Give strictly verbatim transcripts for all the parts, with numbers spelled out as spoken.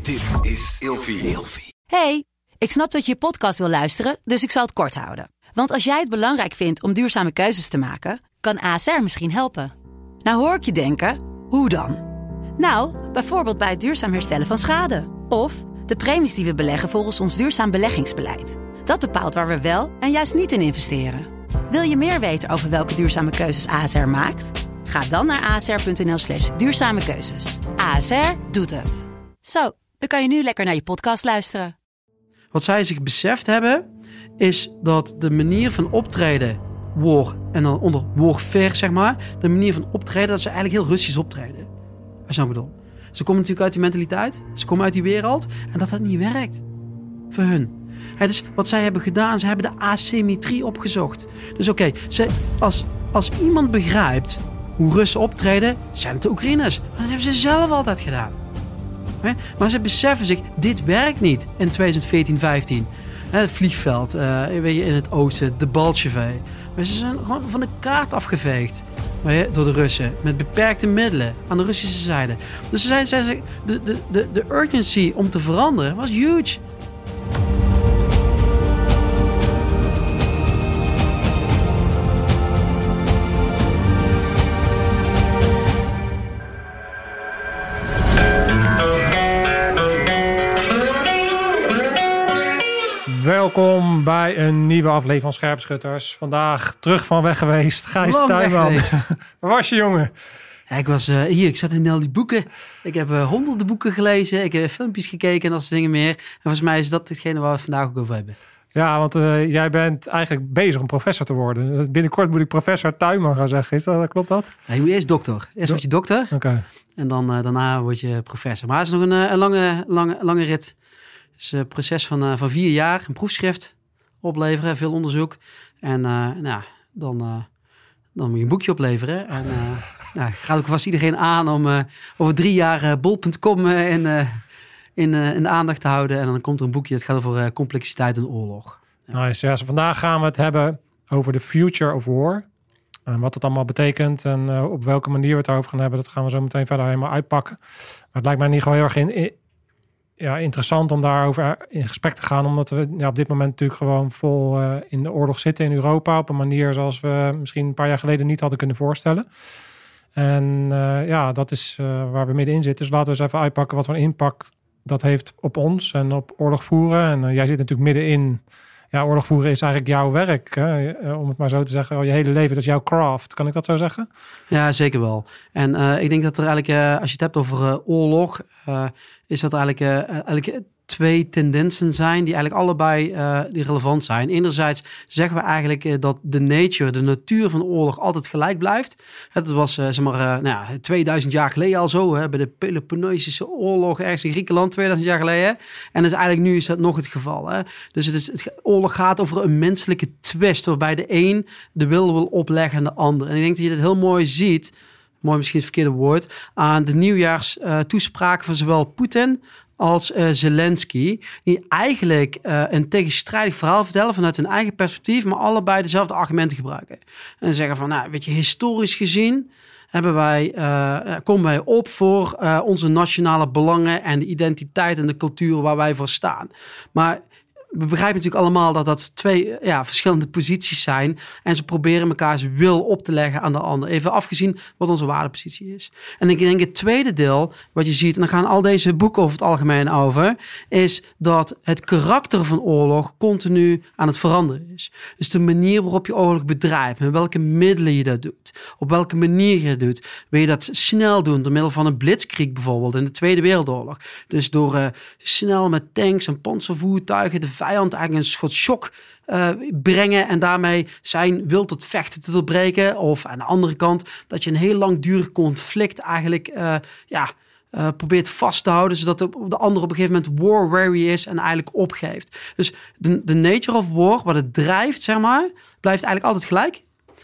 Dit is Ilfie. Hey, ik snap dat je je podcast wil luisteren, dus ik zal het kort houden. Want als jij het belangrijk vindt om duurzame keuzes te maken, kan A S R misschien helpen. Nou hoor ik je denken, hoe dan? Nou, bijvoorbeeld bij het duurzaam herstellen van schade. Of de premies die we beleggen volgens ons duurzaam beleggingsbeleid. Dat bepaalt waar we wel en juist niet in investeren. Wil je meer weten over welke duurzame keuzes A S R maakt? Ga dan naar asr.nl slash duurzame keuzes. A S R doet het. Zo, dan kan je nu lekker naar je podcast luisteren. Wat zij zich beseft hebben, is dat de manier van optreden, war, en dan onder warfare zeg maar, de manier van optreden, dat ze eigenlijk heel Russisch optreden. Als je nou bedoelt. Ze komen natuurlijk uit die mentaliteit, ze komen uit die wereld, en dat dat niet werkt. Voor hun. Het is wat zij hebben gedaan, ze hebben de asymmetrie opgezocht. Dus oké, okay, als, als iemand begrijpt hoe Russen optreden, zijn het de Oekraïners. Maar dat hebben ze zelf altijd gedaan. Maar ze beseffen zich, dit werkt niet in twintig veertien vijftien. Het vliegveld, uh, weet je, in het oosten, de Baltjevé. Maar ze zijn gewoon van de kaart afgeveegd door de Russen. Met beperkte middelen aan de Russische zijde. Dus ze zijn, zijn, de, de, de, de urgency om te veranderen was huge. Welkom bij een nieuwe aflevering van Scherpschutters. Vandaag terug van weg geweest. Gijs Tuinman. Waar was je, jongen? Ja, ik was uh, hier, ik zat in al die boeken. Ik heb uh, honderden boeken gelezen. Ik heb filmpjes gekeken en dat soort dingen meer. En volgens mij is dat hetgene waar we het vandaag ook over hebben. Ja, want uh, jij bent eigenlijk bezig om professor te worden. Binnenkort moet ik professor Tuinman gaan zeggen. Is dat, klopt dat? Ja, je moet eerst dokter. Eerst word je dokter. Oké. Okay. En dan, uh, daarna word je professor. Maar het is nog een, uh, een lange, lange, lange rit. Het is een proces van, uh, van vier jaar. Een proefschrift opleveren, veel onderzoek. En uh, nou, dan, uh, dan moet je een boekje opleveren. En uh, nou, gaat ook vast iedereen aan om uh, over drie jaar uh, bol punt com uh, in, uh, in, uh, in de aandacht te houden. En dan komt er een boekje. Het gaat over uh, complexiteit en oorlog. Ja. Nice. Ja, dus vandaag gaan we het hebben over de future of war. En wat het allemaal betekent en uh, op welke manier we het over gaan hebben. Dat gaan we zo meteen verder helemaal uitpakken. Maar het lijkt mij niet gewoon heel erg in... in Ja, interessant om daarover in gesprek te gaan. Omdat we ja, op dit moment natuurlijk gewoon vol uh, in de oorlog zitten in Europa. Op een manier zoals we misschien een paar jaar geleden niet hadden kunnen voorstellen. En uh, ja, dat is uh, waar we middenin zitten. Dus laten we eens even uitpakken wat voor een impact dat heeft op ons en op oorlog voeren. En uh, jij zit natuurlijk middenin. Ja, oorlog voeren is eigenlijk jouw werk. Hè? Om het maar zo te zeggen. Je hele leven, dat is jouw craft. Kan ik dat zo zeggen? Ja, zeker wel. En uh, ik denk dat er eigenlijk, uh, als je het hebt over uh, oorlog... Uh, is dat eigenlijk, uh, eigenlijk twee tendensen zijn die eigenlijk allebei uh, die relevant zijn. Enerzijds zeggen we eigenlijk uh, dat de nature, de natuur van oorlog altijd gelijk blijft. Het was uh, zeg maar, uh, nou ja, tweeduizend jaar geleden al zo, hè, bij de Peloponnesische oorlog ergens in Griekenland, tweeduizend jaar geleden. En dus eigenlijk nu is dat nog het geval. Hè. Dus het is, het, oorlog gaat over een menselijke twist, waarbij de een de wil wil opleggen aan de ander. En ik denk dat je dit heel mooi ziet, mooi misschien het verkeerde woord, aan de nieuwjaarstoespraken uh, van zowel Poetin als uh, Zelensky, die eigenlijk uh, een tegenstrijdig verhaal vertellen vanuit hun eigen perspectief, maar allebei dezelfde argumenten gebruiken. En zeggen van, nou, weet je, historisch gezien hebben wij, uh, komen wij op voor uh, onze nationale belangen en de identiteit en de cultuur waar wij voor staan. Maar we begrijpen natuurlijk allemaal dat dat twee ja, verschillende posities zijn. En ze proberen elkaars wil op te leggen aan de ander. Even afgezien wat onze waardepositie is. En ik denk het tweede deel, wat je ziet, en dan gaan al deze boeken over het algemeen over, is dat het karakter van oorlog continu aan het veranderen is. Dus de manier waarop je oorlog bedrijft, met welke middelen je dat doet, op welke manier je dat doet. Wil je dat snel doen, door middel van een blitzkrieg bijvoorbeeld in de Tweede Wereldoorlog. Dus door uh, snel met tanks en panzervoertuigen de vijand eigenlijk een soort shock uh, brengen en daarmee zijn wil tot vechten te doorbreken. Of aan de andere kant dat je een heel langdurig conflict eigenlijk uh, ja, uh, probeert vast te houden, zodat de, de ander op een gegeven moment war weary is en eigenlijk opgeeft. Dus de, de nature of war, wat het drijft, zeg maar, blijft eigenlijk altijd gelijk.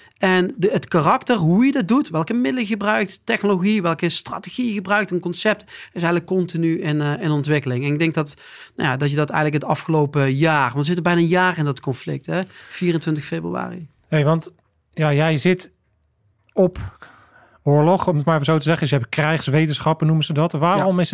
En de, het karakter, hoe je dat doet, welke middelen je gebruikt, technologie, welke strategie je gebruikt, een concept, is eigenlijk continu in, uh, in ontwikkeling. En ik denk dat, nou ja, dat je dat eigenlijk het afgelopen jaar, want we zitten bijna een jaar in dat conflict, hè? vierentwintig februari. Nee, want ja, jij zit op oorlog, om het maar even zo te zeggen. Dus je hebt krijgswetenschappen, noemen ze dat. Waarom ja. is het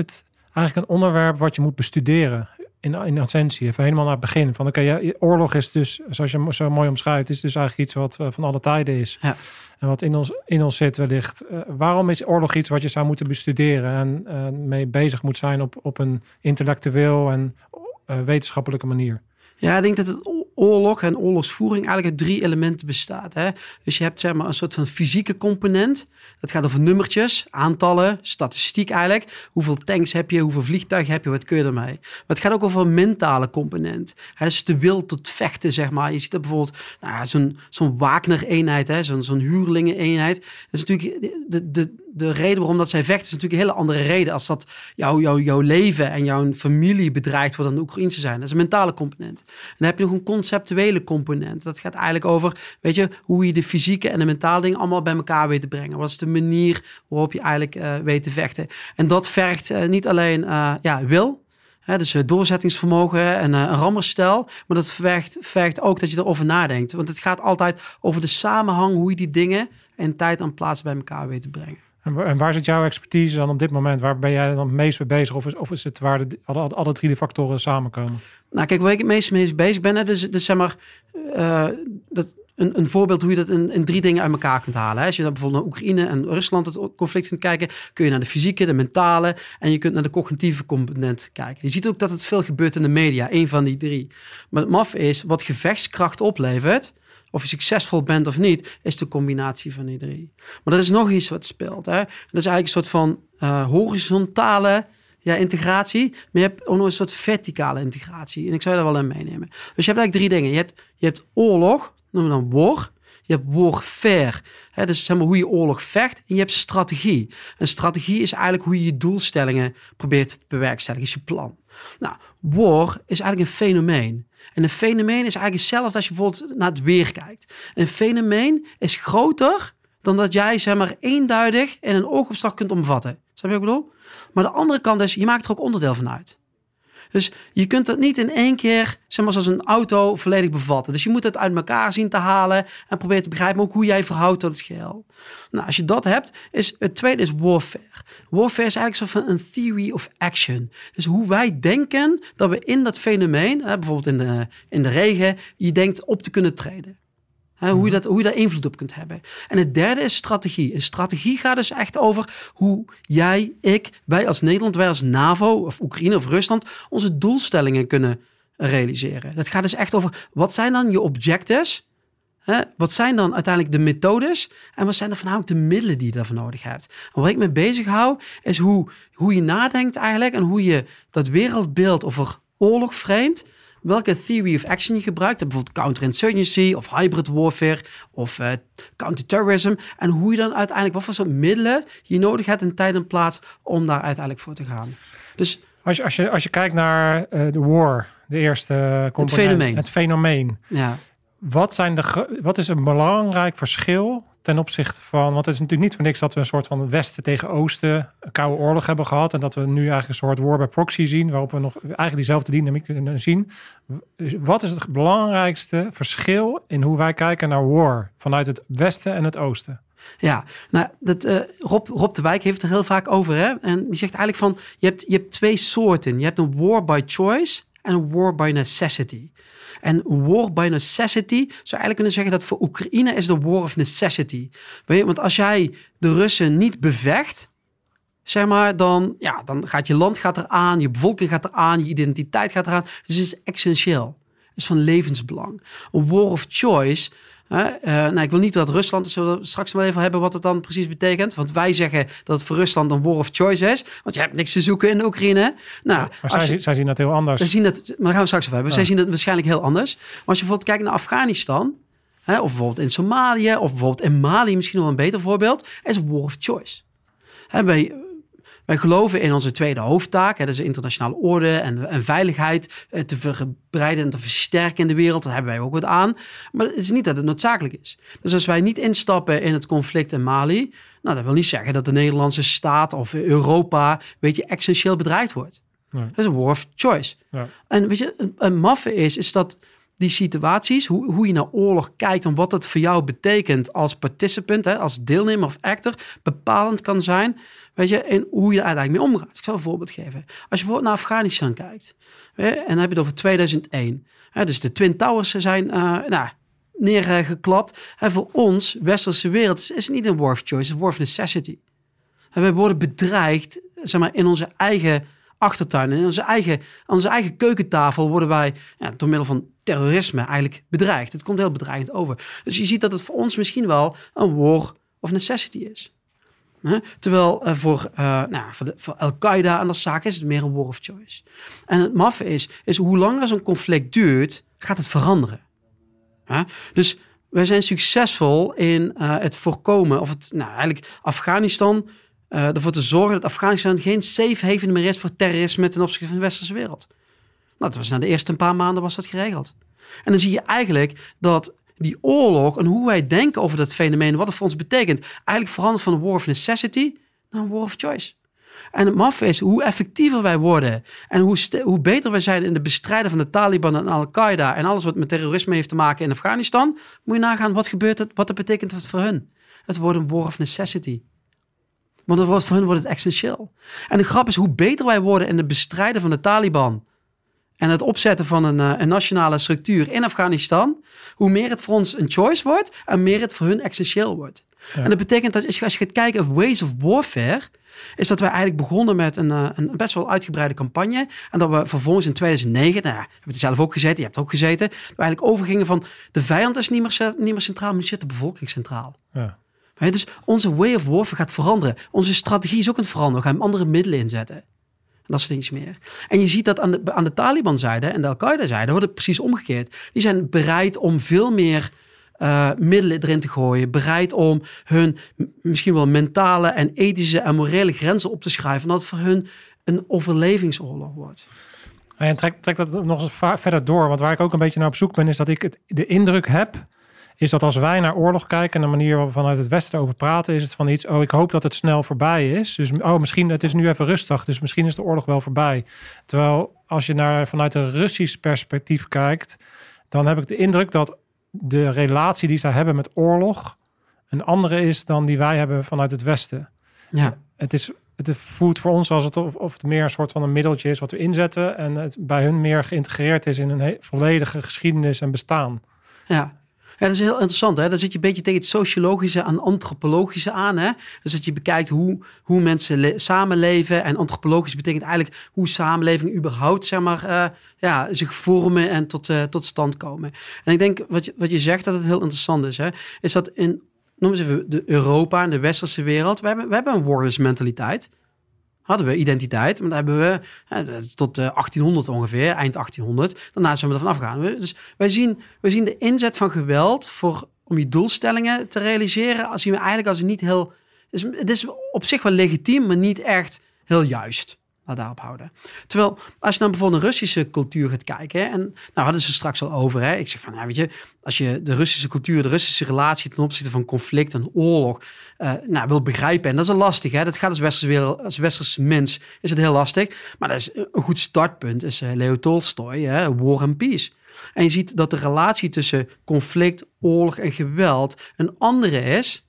eigenlijk een onderwerp wat je moet bestuderen. In, in essentie, even helemaal naar het begin. Van oké, okay, ja, oorlog is dus, zoals je zo mooi omschrijft, is dus eigenlijk iets wat uh, van alle tijden is. Ja. En wat in ons, in ons zit wellicht. Uh, waarom is oorlog iets wat je zou moeten bestuderen en uh, mee bezig moet zijn op, op een intellectueel en uh, wetenschappelijke manier? Ja, ik denk dat het oorlog en oorlogsvoering eigenlijk uit drie elementen bestaat. Hè? Dus je hebt zeg maar een soort van fysieke component. Dat gaat over nummertjes, aantallen, statistiek eigenlijk. Hoeveel tanks heb je, hoeveel vliegtuigen heb je, wat kun je ermee? Maar het gaat ook over een mentale component. Hè? Dat is de wil tot vechten, zeg maar. Je ziet dat bijvoorbeeld nou ja, zo'n, zo'n Wagner-eenheid, hè? Zo'n, zo'n huurlingen-eenheid. Dat is natuurlijk de, de, de reden waarom dat zij vechten, is natuurlijk een hele andere reden als dat jouw, jouw, jouw leven en jouw familie bedreigd wordt aan de Oekraïnse zijn. Dat is een mentale component. En dan heb je nog een conceptuele component. Dat gaat eigenlijk over, weet je, hoe je de fysieke en de mentale dingen allemaal bij elkaar weet te brengen. Wat is de manier waarop je eigenlijk uh, weet te vechten. En dat vergt uh, niet alleen uh, ja, wil, hè, dus uh, doorzettingsvermogen en uh, een rammerstel, maar dat vergt, vergt ook dat je erover nadenkt. Want het gaat altijd over de samenhang, hoe je die dingen en tijd en plaats bij elkaar weet te brengen. En waar zit jouw expertise dan op dit moment? Waar ben jij dan het meest mee bezig? Of is, of is het waar de, alle, alle drie de factoren samenkomen? Nou, kijk, waar ik het meest mee bezig ben, hè, dus, dus zeg maar, uh, dat, een, een voorbeeld hoe je dat in, in drie dingen uit elkaar kunt halen. Hè. Als je dan bijvoorbeeld naar Oekraïne en Rusland het conflict kunt kijken, kun je naar de fysieke, de mentale en je kunt naar de cognitieve component kijken. Je ziet ook dat het veel gebeurt in de media, één van die drie. Maar het maf is, wat gevechtskracht oplevert, of je succesvol bent of niet, is de combinatie van die drie. Maar er is nog iets wat speelt. Hè? Dat is eigenlijk een soort van uh, horizontale ja, integratie. Maar je hebt ook nog een soort verticale integratie. En ik zou je daar wel in meenemen. Dus je hebt eigenlijk drie dingen. Je hebt, je hebt oorlog, noemen we dan war. Je hebt warfare. Hè? Dus zeg maar hoe je oorlog vecht. En je hebt strategie. En strategie is eigenlijk hoe je je doelstellingen probeert te bewerkstelligen. Is je plan. Nou, war is eigenlijk een fenomeen. En een fenomeen is eigenlijk hetzelfde als je bijvoorbeeld naar het weer kijkt. Een fenomeen is groter dan dat jij zeg maar eenduidig in een oogopslag kunt omvatten. Snap je wat ik bedoel? Maar de andere kant is, je maakt er ook onderdeel van uit. Dus je kunt het niet in één keer, zeg maar, zoals een auto volledig bevatten. Dus je moet het uit elkaar zien te halen en proberen te begrijpen ook hoe jij verhoudt tot het geheel. Nou, als je dat hebt, is het tweede is warfare. Warfare is eigenlijk zo van een theory of action. Dus hoe wij denken dat we in dat fenomeen, bijvoorbeeld in de, in de regen, je denkt op te kunnen treden. He, hoe, je dat, hoe je daar invloed op kunt hebben. En het derde is strategie. En strategie gaat dus echt over hoe jij, ik, wij als Nederland, wij als NAVO of Oekraïne of Rusland onze doelstellingen kunnen realiseren. Dat gaat dus echt over wat zijn dan je objectives? He, wat zijn dan uiteindelijk de methodes? En wat zijn dan voornamelijk de middelen die je daarvoor nodig hebt? En waar ik mee bezig hou is hoe, hoe je nadenkt eigenlijk en hoe je dat wereldbeeld over oorlog framet. Welke theory of action je gebruikt. Bijvoorbeeld counterinsurgency of hybrid warfare of uh, counterterrorism. En hoe je dan uiteindelijk, wat voor soort middelen je nodig hebt in tijd en plaats om daar uiteindelijk voor te gaan. Dus als je, als je, als je kijkt naar uh, de war, de eerste component. Het fenomeen. Het fenomeen. Ja. Wat, zijn de, wat is een belangrijk verschil ten opzichte van... Want het is natuurlijk niet voor niks dat we een soort van Westen tegen Oosten een koude oorlog hebben gehad. En dat we nu eigenlijk een soort war by proxy zien, waarop we nog eigenlijk diezelfde dynamiek kunnen zien. Dus wat is het belangrijkste verschil in hoe wij kijken naar war vanuit het Westen en het Oosten? Ja, nou, dat, uh, Rob, Rob de Wijk heeft er heel vaak over. Hè? En die zegt eigenlijk van, je hebt, je hebt twee soorten. Je hebt een war by choice en een war by necessity. En war by necessity zou eigenlijk kunnen zeggen dat voor Oekraïne is de war of necessity. Weet je, want als jij de Russen niet bevecht, zeg maar, dan, ja, dan gaat je land gaat eraan, je bevolking gaat eraan, je identiteit gaat eraan. Dus het is essentieel. Het is van levensbelang. Een war of choice. Uh, uh, nou, ik wil niet dat Rusland, dus zullen we straks wel even hebben wat het dan precies betekent. Want wij zeggen dat het voor Rusland een war of choice is. Want je hebt niks te zoeken in de Oekraïne. Nou, ja, maar zij, je, zij zien dat heel anders. Zij zien het, maar daar gaan we straks over hebben. Ja. Zij zien het waarschijnlijk heel anders. Maar als je bijvoorbeeld kijkt naar Afghanistan, hè, of bijvoorbeeld in Somalië, of bijvoorbeeld in Mali, misschien wel een beter voorbeeld, is een war of choice. Hè, wij, wij geloven in onze tweede hoofdtaak, hè, dat is de internationale orde en, en veiligheid eh, te verbreiden en te versterken in de wereld. Daar hebben wij ook wat aan. Maar het is niet dat het noodzakelijk is. Dus als wij niet instappen in het conflict in Mali, nou, dat wil niet zeggen dat de Nederlandse staat of Europa, weet je, essentieel bedreigd wordt. Nee. Dat is een war of choice. Ja. En weet je, een, een maffe is, is dat die situaties, hoe, hoe je naar oorlog kijkt en wat dat voor jou betekent als participant, hè, als deelnemer of actor, bepalend kan zijn. Weet je, en hoe je er uiteindelijk mee omgaat. Ik zal een voorbeeld geven. Als je bijvoorbeeld naar Afghanistan kijkt. Hè, en dan heb je het over tweeduizend één. Hè, dus de Twin Towers zijn uh, nou, neergeklapt. En voor ons, westerse wereld, is het niet een war of choice. Het is een war of necessity. En we worden bedreigd, zeg maar, in onze eigen achtertuin. In onze eigen, aan onze eigen keukentafel worden wij ja, door middel van terrorisme eigenlijk bedreigd. Het komt heel bedreigend over. Dus je ziet dat het voor ons misschien wel een war of necessity is. He? Terwijl uh, voor, uh, nou, voor, de, voor Al-Qaeda en dat zaak is het meer een war of choice. En het maffe is, is hoe langer zo'n conflict duurt, gaat het veranderen. He? Dus wij zijn succesvol in uh, het voorkomen, of het, nou eigenlijk Afghanistan, uh, ervoor te zorgen dat Afghanistan geen safe haven meer is voor terrorisme ten opzichte van de westerse wereld. Nou, dat was na de eerste een paar maanden was dat geregeld. En dan zie je eigenlijk dat die oorlog en hoe wij denken over dat fenomeen, wat het voor ons betekent, eigenlijk verandert van een war of necessity naar een war of choice. En het maf is hoe effectiever wij worden en hoe, st- hoe beter wij zijn in de bestrijden van de Taliban en Al-Qaeda en alles wat met terrorisme heeft te maken in Afghanistan, moet je nagaan wat gebeurt het, wat dat betekent het voor hun. Het wordt een war of necessity. Want het wordt, voor hun wordt het essentieel. En de grap is hoe beter wij worden in de bestrijden van de Taliban en het opzetten van een, uh, een nationale structuur in Afghanistan, hoe meer het voor ons een choice wordt en meer het voor hun essentieel wordt. Ja. En dat betekent dat als je, als je gaat kijken op ways of warfare, is dat wij eigenlijk begonnen met een, uh, een best wel uitgebreide campagne. En dat we vervolgens in tweeduizend negen, nou ja, heb je er zelf ook gezeten, je hebt ook gezeten, we eigenlijk overgingen van de vijand is niet meer, niet meer centraal, maar zit de bevolking centraal. Ja. Ja, dus onze way of warfare gaat veranderen. Onze strategie is ook aan het veranderen. We gaan andere middelen inzetten. Dat soort dingen meer. En je ziet dat aan de, aan de Taliban-zijde en de Al-Qaeda-zijde wordt het precies omgekeerd. Die zijn bereid om veel meer uh, middelen erin te gooien. Bereid om hun m- misschien wel mentale en ethische en morele grenzen op te schrijven. Dat het voor hun een overlevingsoorlog wordt. En trek, trek dat nog eens va- verder door. Want waar ik ook een beetje naar op zoek ben, is dat ik het, de indruk heb, is dat als wij naar oorlog kijken en de manier waarop we vanuit het Westen over praten, is het van iets, oh, ik hoop dat het snel voorbij is. Dus, oh, misschien, het is nu even rustig, dus misschien is de oorlog wel voorbij. Terwijl, als je naar vanuit een Russisch perspectief kijkt, dan heb ik de indruk dat de relatie die zij hebben met oorlog een andere is dan die wij hebben vanuit het Westen. Ja. Het is, het voelt voor ons als het, of, of het meer een soort van een middeltje is wat we inzetten en het bij hun meer geïntegreerd is in een he- volledige geschiedenis en bestaan. Ja. Ja, dat is heel interessant. Hè? Dan zit je een beetje tegen het sociologische en antropologische aan. Hè? Dus dat je bekijkt hoe, hoe mensen le- samenleven. En antropologisch betekent eigenlijk hoe samenlevingen überhaupt, zeg maar, uh, ja, zich vormen en tot, uh, tot stand komen. En ik denk, wat je, wat je zegt, dat het heel interessant is. Hè? Is dat in, noem eens even, de Europa en de westerse wereld. We hebben, we hebben een warriors mentaliteit. Hadden we identiteit, maar dat hebben we hè, tot uh, achttienhonderd ongeveer, eind achttienhonderd. Daarna zijn we ervan afgegaan. Dus wij zien, wij zien de inzet van geweld voor, om je doelstellingen te realiseren, als zien we eigenlijk als het niet heel, is, het is op zich wel legitiem, maar niet echt heel juist. Laat daarop houden. Terwijl, als je naar bijvoorbeeld een Russische cultuur gaat kijken, hè, en nou hadden ze straks al over, hè, ik zeg van, ja, weet je, als je de Russische cultuur, de Russische relatie ten opzichte van conflict en oorlog, uh, nou, wil begrijpen, en dat is al lastig, hè, dat gaat als westerse wereld, als westerse mens, is het heel lastig, maar dat is een goed startpunt, is uh, Leo Tolstoy, hè, War and Peace. En je ziet dat de relatie tussen conflict, oorlog en geweld een andere is,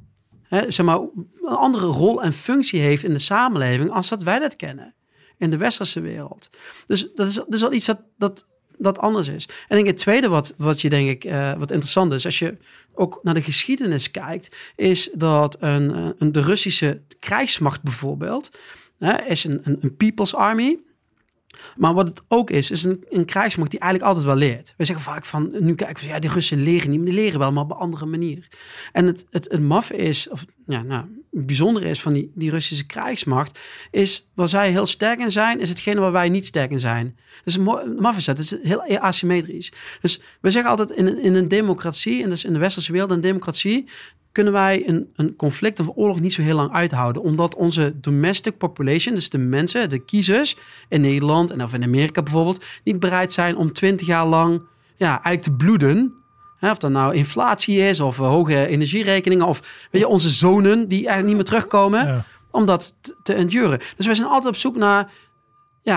He, zeg maar, een andere rol en functie heeft in de samenleving als dat wij dat kennen in de westerse wereld. Dus dat is, dat is al iets dat, dat, dat anders is. En ik denk het tweede wat, wat je denk ik uh, wat interessant is, als je ook naar de geschiedenis kijkt, is dat een, een, de Russische krijgsmacht bijvoorbeeld hè, is een, een, een People's Army. Maar wat het ook is, is een, een krijgsmacht die eigenlijk altijd wel leert. Wij zeggen vaak van, nu kijken we, ja, die Russen leren niet, maar die leren wel, maar op een andere manier. En het, het, het maf is, of ja, nou, het bijzondere is van die, die Russische krijgsmacht, is waar zij heel sterk in zijn, is hetgene waar wij niet sterk in zijn. Dus het maf is dat, het is heel asymmetrisch. Dus we zeggen altijd in, in een democratie, en dus in de westerse wereld, een democratie, kunnen wij een, een conflict of oorlog niet zo heel lang uithouden. Omdat onze domestic population, dus de mensen, de kiezers in Nederland en of in Amerika bijvoorbeeld, niet bereid zijn om twintig jaar lang ja, eigenlijk te bloeden. Hè, of dat nou inflatie is of uh, hoge energierekeningen of weet je, onze zonen die eigenlijk niet meer terugkomen. Ja. Om dat te, te enduren. Dus wij zijn altijd op zoek naar ja,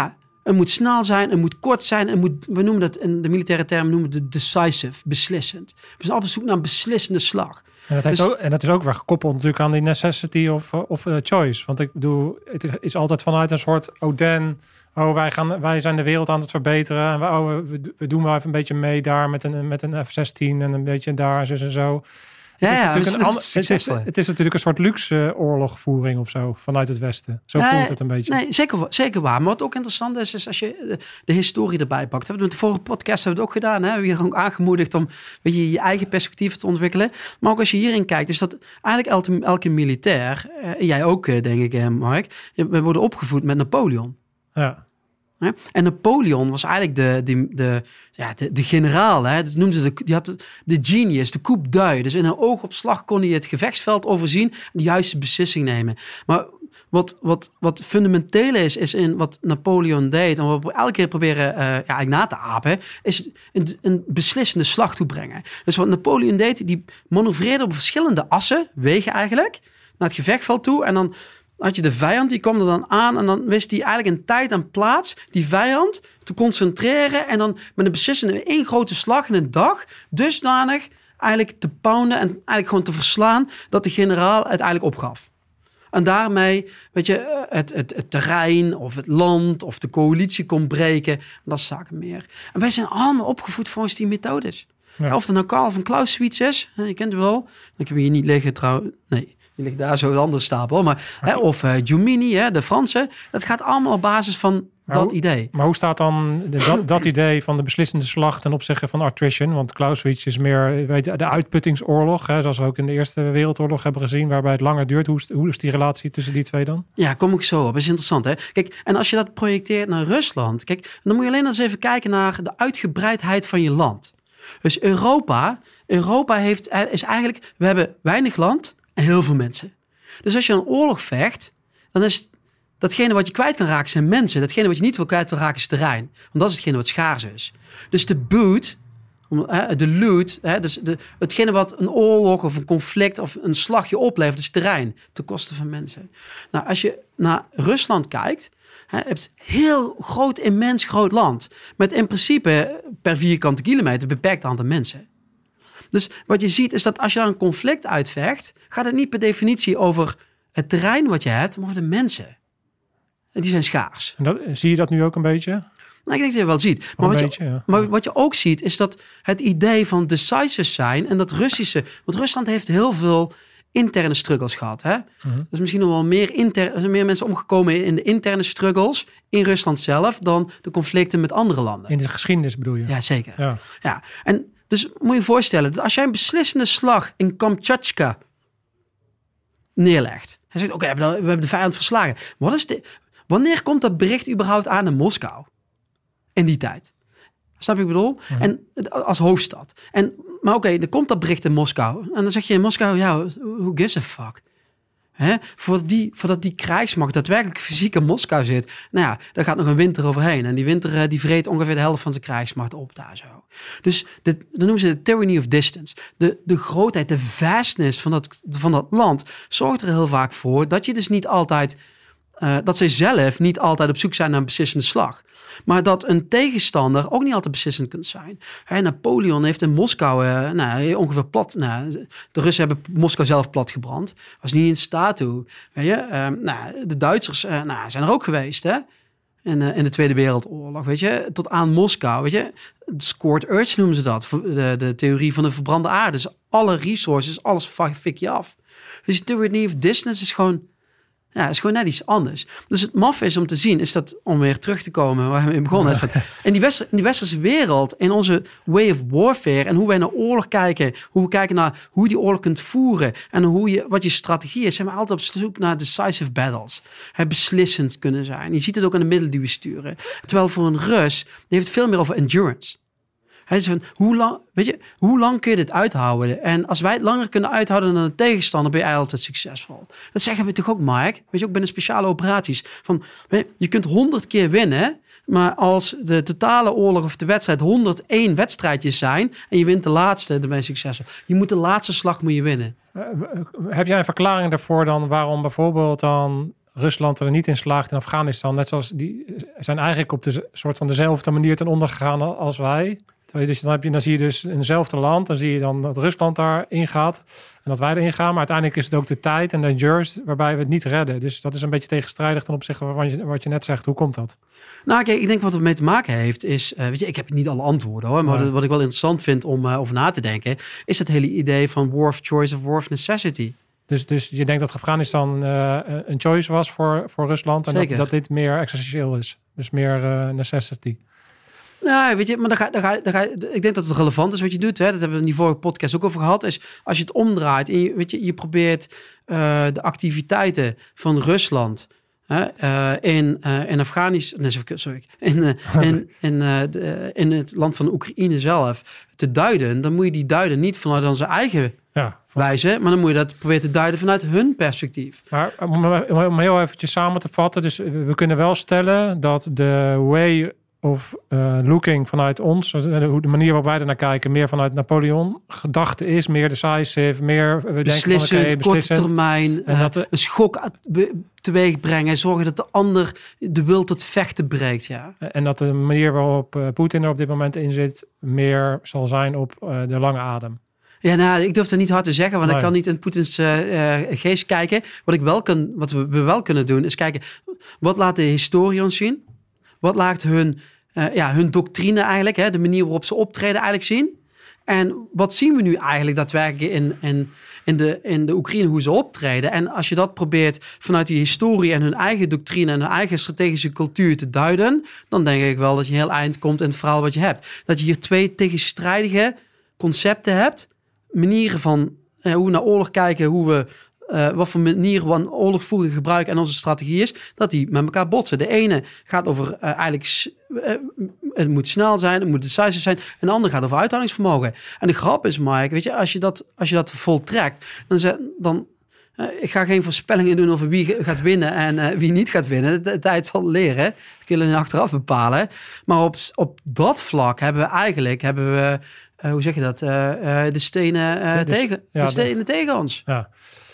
Het moet snel zijn, het moet kort zijn. Het moet, we noemen dat in de militaire term noemen we het decisive, beslissend. We zijn op zoek naar een beslissende slag. En dat, heeft Dus- ook, en dat is ook weer gekoppeld natuurlijk aan die necessity of, of uh, choice. Want ik bedoel, het is, is altijd vanuit een soort Oden. Oh, wij, gaan, wij zijn de wereld aan het verbeteren. En we, oh, we, we doen wel even een beetje mee daar met een, met een F zestien en een beetje daar en zo en zo. Ja, Het is, ja, natuurlijk dus een dat ander- is het, is, succesvol. het is natuurlijk een soort luxe oorlogvoering of zo vanuit het Westen. Zo Nee, voelt het een beetje. Nee, zeker, wa- zeker waar. Maar wat ook interessant is, is als je de, de historie erbij pakt. We hebben het de vorige podcast hebben we het ook gedaan. Hè? We hebben je ook aangemoedigd om weet je, je eigen perspectief te ontwikkelen. Maar ook als je hierin kijkt, is dat eigenlijk elke, elke militair, eh, jij ook eh, denk ik, eh, Mark, we worden opgevoed met Napoleon. Ja. Hè? En Napoleon was eigenlijk de, de, de, ja, de, de generaal. Hè? Dat noemden ze de, die had de, de genius, de coup d'œil. Dus in een oogopslag kon hij het gevechtsveld overzien en de juiste beslissing nemen. Maar wat, wat, wat fundamenteel is, is in wat Napoleon deed en wat we elke keer proberen uh, ja, eigenlijk na te apen, is een, een beslissende slag toebrengen. Dus wat Napoleon deed, die manoeuvreerde op verschillende assen, wegen eigenlijk, naar het gevechtsveld toe en dan had je de vijand, die kwam er dan aan en dan wist hij eigenlijk in tijd en plaats die vijand te concentreren en dan met een beslissende één grote slag in een dag dusdanig eigenlijk te pounden en eigenlijk gewoon te verslaan dat de generaal het eigenlijk opgaf. En daarmee, weet je, het, het, het terrein of het land of de coalitie kon breken. En dat is zaken meer. En wij zijn allemaal opgevoed volgens die methodes. Ja. Of het nou Karl van Clausewitz is, je kent het wel. Ik heb hier niet liggen trouwens. Nee. Die ligt daar zo een andere stapel. Maar, hè, of uh, Jumini, hè, de Franse. Dat gaat allemaal op basis van Maar dat hoe- idee. Maar hoe staat dan de- dat, dat idee van de beslissende slag ten opzichte van attrition? Want Clausewitz is meer weet je, de uitputtingsoorlog. Hè, zoals we ook in de Eerste Wereldoorlog hebben gezien. Waarbij het langer duurt. Hoe is, hoe is die relatie tussen die twee dan? Ja, kom ik zo op. Dat is interessant, hè? Kijk, en als je dat projecteert naar Rusland. Kijk, dan moet je alleen eens even kijken naar de uitgebreidheid van je land. Dus Europa, Europa heeft, is eigenlijk, we hebben weinig land en heel veel mensen. Dus als je een oorlog vecht, dan is datgene wat je kwijt kan raken zijn mensen. Datgene wat je niet wil kwijt wil raken is terrein. Want dat is hetgene wat schaars is. Dus de boot, de loot, dus de, hetgene wat een oorlog of een conflict of een slag je oplevert, is terrein. Ten koste van mensen. Nou, als je naar Rusland kijkt, je hebt heel groot, immens groot land. Met in principe per vierkante kilometer een beperkt aantal mensen. Dus wat je ziet is dat als je daar een conflict uitvecht, gaat het niet per definitie over het terrein wat je hebt, maar over de mensen. En die zijn schaars. En dat, zie je dat nu ook een beetje? Nou, ik denk dat je het wel ziet. Maar een wat, je, beetje, ja. maar wat je ook ziet is dat het idee van decisive zijn en dat Russische... Want Rusland heeft heel veel interne struggles gehad. Hè? Mhm. Er is misschien nog wel meer, inter, er zijn meer mensen omgekomen in de interne struggles in Rusland zelf dan de conflicten met andere landen. In de geschiedenis bedoel je? Ja, zeker. Ja. Ja, en dus moet je je voorstellen, dat als jij een beslissende slag in Kamchatka neerlegt. Hij zegt, oké, okay, we hebben de vijand verslagen. Wat is de, wanneer komt dat bericht überhaupt aan in Moskou? In die tijd. Snap je wat ik bedoel? Mhm. En als hoofdstad. En, maar oké, okay, dan komt dat bericht in Moskou. En dan zeg je in Moskou, ja, who gives a fuck? Hè? Voordat, die, voordat die krijgsmacht daadwerkelijk fysiek in Moskou zit. Nou ja, daar gaat nog een winter overheen. En die winter die vreet ongeveer de helft van zijn krijgsmacht op daar zo. Dus dit, dat noemen ze de tyranny of distance. De, de grootheid, de vastness van dat, van dat land zorgt er heel vaak voor dat je dus niet altijd... Uh, dat zij zelf niet altijd op zoek zijn naar een beslissende slag. Maar dat een tegenstander ook niet altijd beslissend kunt zijn. Hey, Napoleon heeft in Moskou uh, nou, ongeveer plat... Nou, de Russen hebben Moskou zelf platgebrand. Was niet in staat toe. Weet je? Uh, nou, de Duitsers uh, nou, zijn er ook geweest, hè? In, uh, in de Tweede Wereldoorlog, weet je? Tot aan Moskou, weet je? Scorched earth noemen ze dat. De, de theorie van de verbrande aarde. Dus alle resources, alles fik je af. Dus de tyranny of distance is gewoon... Ja, is gewoon net iets anders. Dus het maf is om te zien, is dat, om weer terug te komen waar we mee begonnen. Ja. In, die Wester, in die westerse wereld, in onze way of warfare en hoe wij naar oorlog kijken, hoe we kijken naar hoe je die oorlog kunt voeren en hoe je, wat je strategie is, zijn we altijd op zoek naar decisive battles. Het beslissend kunnen zijn. Je ziet het ook aan de middelen die we sturen. Terwijl voor een Rus, die heeft het veel meer over endurance. Hij is van, hoe lang, weet je, hoe lang kun je dit uithouden? En als wij het langer kunnen uithouden dan een tegenstander, ben je altijd succesvol. Dat zeggen we toch ook, Mark? Weet je, ook binnen speciale operaties. Van, weet je, je kunt honderd keer winnen, maar als de totale oorlog of de wedstrijd honderdéén wedstrijdjes zijn en je wint de laatste, dan ben je succesvol. Je moet de laatste slag moet je winnen. Uh, heb jij een verklaring daarvoor dan waarom bijvoorbeeld dan Rusland er niet in slaagt in Afghanistan, net zoals die zijn eigenlijk op de soort van dezelfde manier ten onder gegaan als wij. Dus dan, heb je, dan zie je dus in hetzelfde land, dan zie je dan dat Rusland daarin gaat en dat wij erin gaan. Maar uiteindelijk is het ook de tijd en de endurance waarbij we het niet redden. Dus dat is een beetje tegenstrijdig ten opzichte van wat je, wat je net zegt. Hoe komt dat? Nou, kijk, ik denk wat het mee te maken heeft is, uh, weet je, ik heb niet alle antwoorden hoor, maar Nee. wat, wat ik wel interessant vind om uh, over na te denken, is het hele idee van war of choice of war of necessity. Dus, dus je denkt dat Afghanistan uh, een choice was voor, voor Rusland en dat, dat dit meer existentieel is. Dus meer uh, necessity. Nou, weet je, maar dan ga, dan ga, dan ga, ik denk dat het relevant is wat je doet. Hè? Dat hebben we in die vorige podcast ook over gehad. Is als je het omdraait en je, weet je, je probeert uh, de activiteiten van Rusland hè, uh, in, uh, in Afghanistan, nee, sorry, in, uh, in, in, uh, de, in het land van Oekraïne zelf te duiden, dan moet je die duiden niet vanuit onze eigen Ja, wijze, maar dan moet je dat proberen te duiden vanuit hun perspectief. maar om, om heel eventjes samen te vatten. Dus we kunnen wel stellen dat de way of uh, looking vanuit ons, de manier waarop wij er naar kijken, meer vanuit Napoleon gedachte is, meer decisive, meer we Beslissend, denken van, okay, korte termijn, En uh, dat de- een schok teweeg brengen, zorgen dat de ander de wil tot vechten breekt, ja. En dat de manier waarop uh, Poetin er op dit moment in zit, meer zal zijn op uh, de lange adem. Ja, nou, ik durf het niet hard te zeggen, want Nee. ik kan niet in Poetins uh, uh, geest kijken. Wat, ik wel kan, wat we, we wel kunnen doen, is kijken, wat laat de historie ons zien? Wat laat hun, uh, ja, hun doctrine eigenlijk, hè, de manier waarop ze optreden eigenlijk zien? En wat zien we nu eigenlijk daadwerkelijk in, in, in, de, in de Oekraïne, hoe ze optreden? En als je dat probeert vanuit die historie en hun eigen doctrine en hun eigen strategische cultuur te duiden, dan denk ik wel dat je heel eind komt in het verhaal wat je hebt. Dat je hier twee tegenstrijdige concepten hebt, manieren van eh, hoe we naar oorlog kijken, hoe we, uh, wat voor manieren we aan oorlogvoering gebruiken en onze strategie is, dat die met elkaar botsen. De ene gaat over uh, eigenlijk, uh, het moet snel zijn, het moet decisive zijn, en de andere gaat over uithoudingsvermogen. En de grap is, Mike, weet je, als je dat, als je dat voltrekt, dan, ze, dan uh, ik ga geen voorspellingen doen over wie gaat winnen en uh, wie niet gaat winnen. De, de tijd zal leren, dat kun je achteraf bepalen. Maar op, op dat vlak hebben we eigenlijk, hebben we Uh, hoe zeg je dat? Uh, uh, de stenen, uh, De- de- tegen, ja, de de- stenen tegen ons. Ja,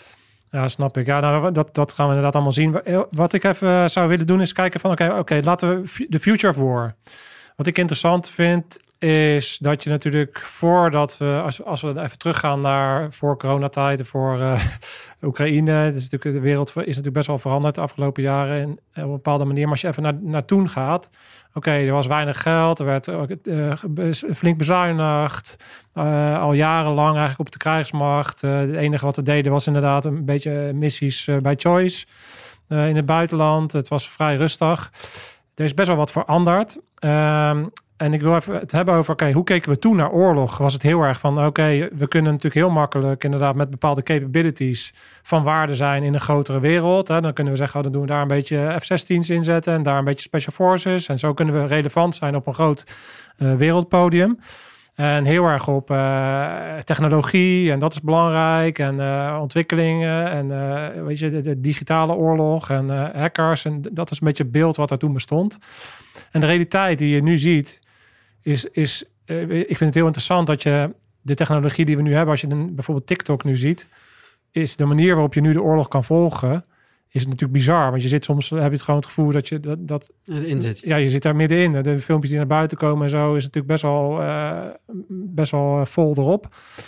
ja snap ik. Ja, nou, dat, dat gaan we inderdaad allemaal zien. Wat ik even zou willen doen is kijken van, oké, okay, okay, laten we de future of war. Wat ik interessant vind is dat je natuurlijk voordat we, als, als we even teruggaan naar voor coronatijd, voor uh, Oekraïne, het is natuurlijk, de wereld is natuurlijk best wel veranderd de afgelopen jaren in, op een bepaalde manier. Maar als je even naar, naar toen gaat, oké, okay, er was weinig geld, er werd uh, flink bezuinigd, uh, al jarenlang eigenlijk op de krijgsmacht. Uh, het enige wat we deden was inderdaad een beetje missies uh, bij Choice uh, in het buitenland. Het was vrij rustig. Er is best wel wat veranderd. Um, en ik wil even het hebben over, oké, okay, hoe keken we toen naar oorlog? Was het heel erg van, oké, okay, we kunnen natuurlijk heel makkelijk inderdaad met bepaalde capabilities van waarde zijn in een grotere wereld. Hè? Dan kunnen we zeggen, oh, dan doen we daar een beetje F zestien's inzetten en daar een beetje Special Forces. En zo kunnen we relevant zijn op een groot uh, wereldpodium. En heel erg op uh, technologie en dat is belangrijk. En uh, ontwikkelingen en uh, weet je, de, de digitale oorlog en uh, hackers. En dat is een beetje het beeld wat er toen bestond. En de realiteit die je nu ziet is, is uh, ik vind het heel interessant dat je de technologie die we nu hebben, als je dan bijvoorbeeld TikTok nu ziet, is de manier waarop je nu de oorlog kan volgen, is het natuurlijk bizar. Want je zit soms, heb je het gewoon het gevoel dat je dat, dat Erin zit. ja, je zit daar middenin. De filmpjes die naar buiten komen en zo is natuurlijk best wel, uh, best wel vol erop.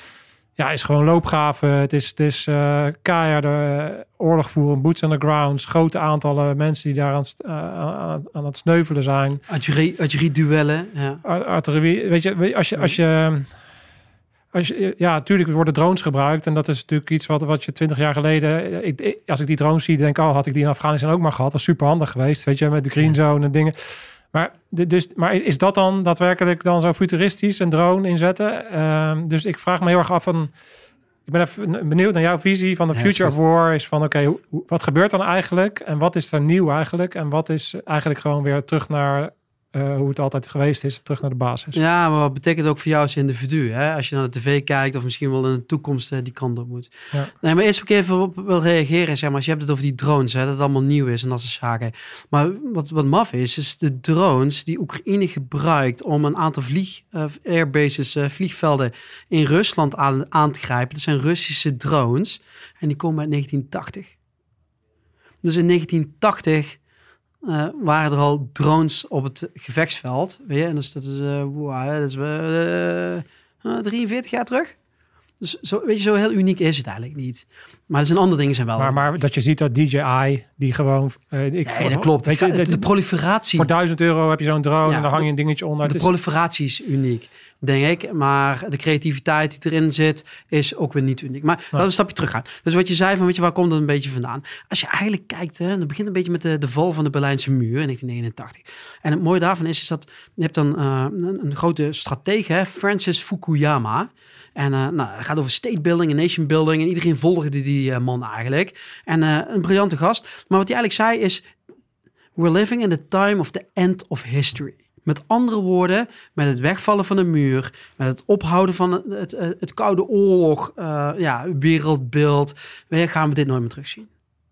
Ja, is gewoon loopgraven. Het is, het is uh, keiharde oorlog voeren, boots on the ground, grote aantallen mensen die daar aan, uh, aan, aan het sneuvelen zijn. Artillerie, artillerie-duellen, ja. Artillerie, weet je, als je, als je, als je, ja, natuurlijk worden drones gebruikt en dat is natuurlijk iets wat, wat je twintig jaar geleden, ik, ik, als ik die drones zie, denk ik, oh, had ik die in Afghanistan ook maar gehad, was super handig geweest, weet je, met de green zone en dingen. Maar, dus, maar is dat dan daadwerkelijk dan zo futuristisch, een drone inzetten? Uh, dus ik vraag me heel erg af van, ik ben even benieuwd naar jouw visie van de future of war. Is van, oké, okay, wat gebeurt dan eigenlijk? En wat is er nieuw eigenlijk? En wat is eigenlijk gewoon weer terug naar uh, hoe het altijd geweest is, terug naar de basis? Ja, maar wat betekent ook voor jou als individu? Hè? Als je naar de tv kijkt of misschien wel in de toekomst uh, die kant op moet. Ja. Nee, maar eerst ook even op wil reageren. Zeg maar, als je hebt het over die drones, hè, dat het allemaal nieuw is en dat soort zaken. Maar wat, wat maf is, is de drones die Oekraïne gebruikt om een aantal vlieg, uh, airbases, uh, vliegvelden in Rusland aan, aan te grijpen. Dat zijn Russische drones en die komen uit negentien tachtig. Dus in negentien tachtig uh, waren er al drones op het gevechtsveld. Weet je? En dus, dat is, uh, wow, dat is uh, uh, drieënveertig jaar terug. Dus zo, weet je, zo heel uniek is het eigenlijk niet. Maar er zijn andere dingen zijn wel... Maar, maar dat je ziet dat D J I, die gewoon... Uh, ik, nee, dat klopt. Weet je, de, de proliferatie... Voor duizend euro heb je zo'n drone ja, en dan hang je een dingetje onder. De is... proliferatie is uniek, denk ik. Maar de creativiteit die erin zit, is ook weer niet uniek. Maar ja. laten we een stapje terug gaan. Dus wat je zei, van, weet je, waar komt het een beetje vandaan? Als je eigenlijk kijkt, hè, dan begint een beetje met de, de val van de Berlijnse muur in negentien negenentachtig. En het mooie daarvan is, is dat je hebt dan uh, een, een grote stratege, hè, Francis Fukuyama. En uh, nou, het gaat over state building en nation building. En iedereen volgde die uh, man eigenlijk. En uh, een briljante gast. Maar wat hij eigenlijk zei is... We're living in the time of the end of history. Met andere woorden, met het wegvallen van de muur... met het ophouden van het, het, het, het Koude Oorlog... Uh, ja, wereldbeeld... gaan we dit nooit meer terugzien.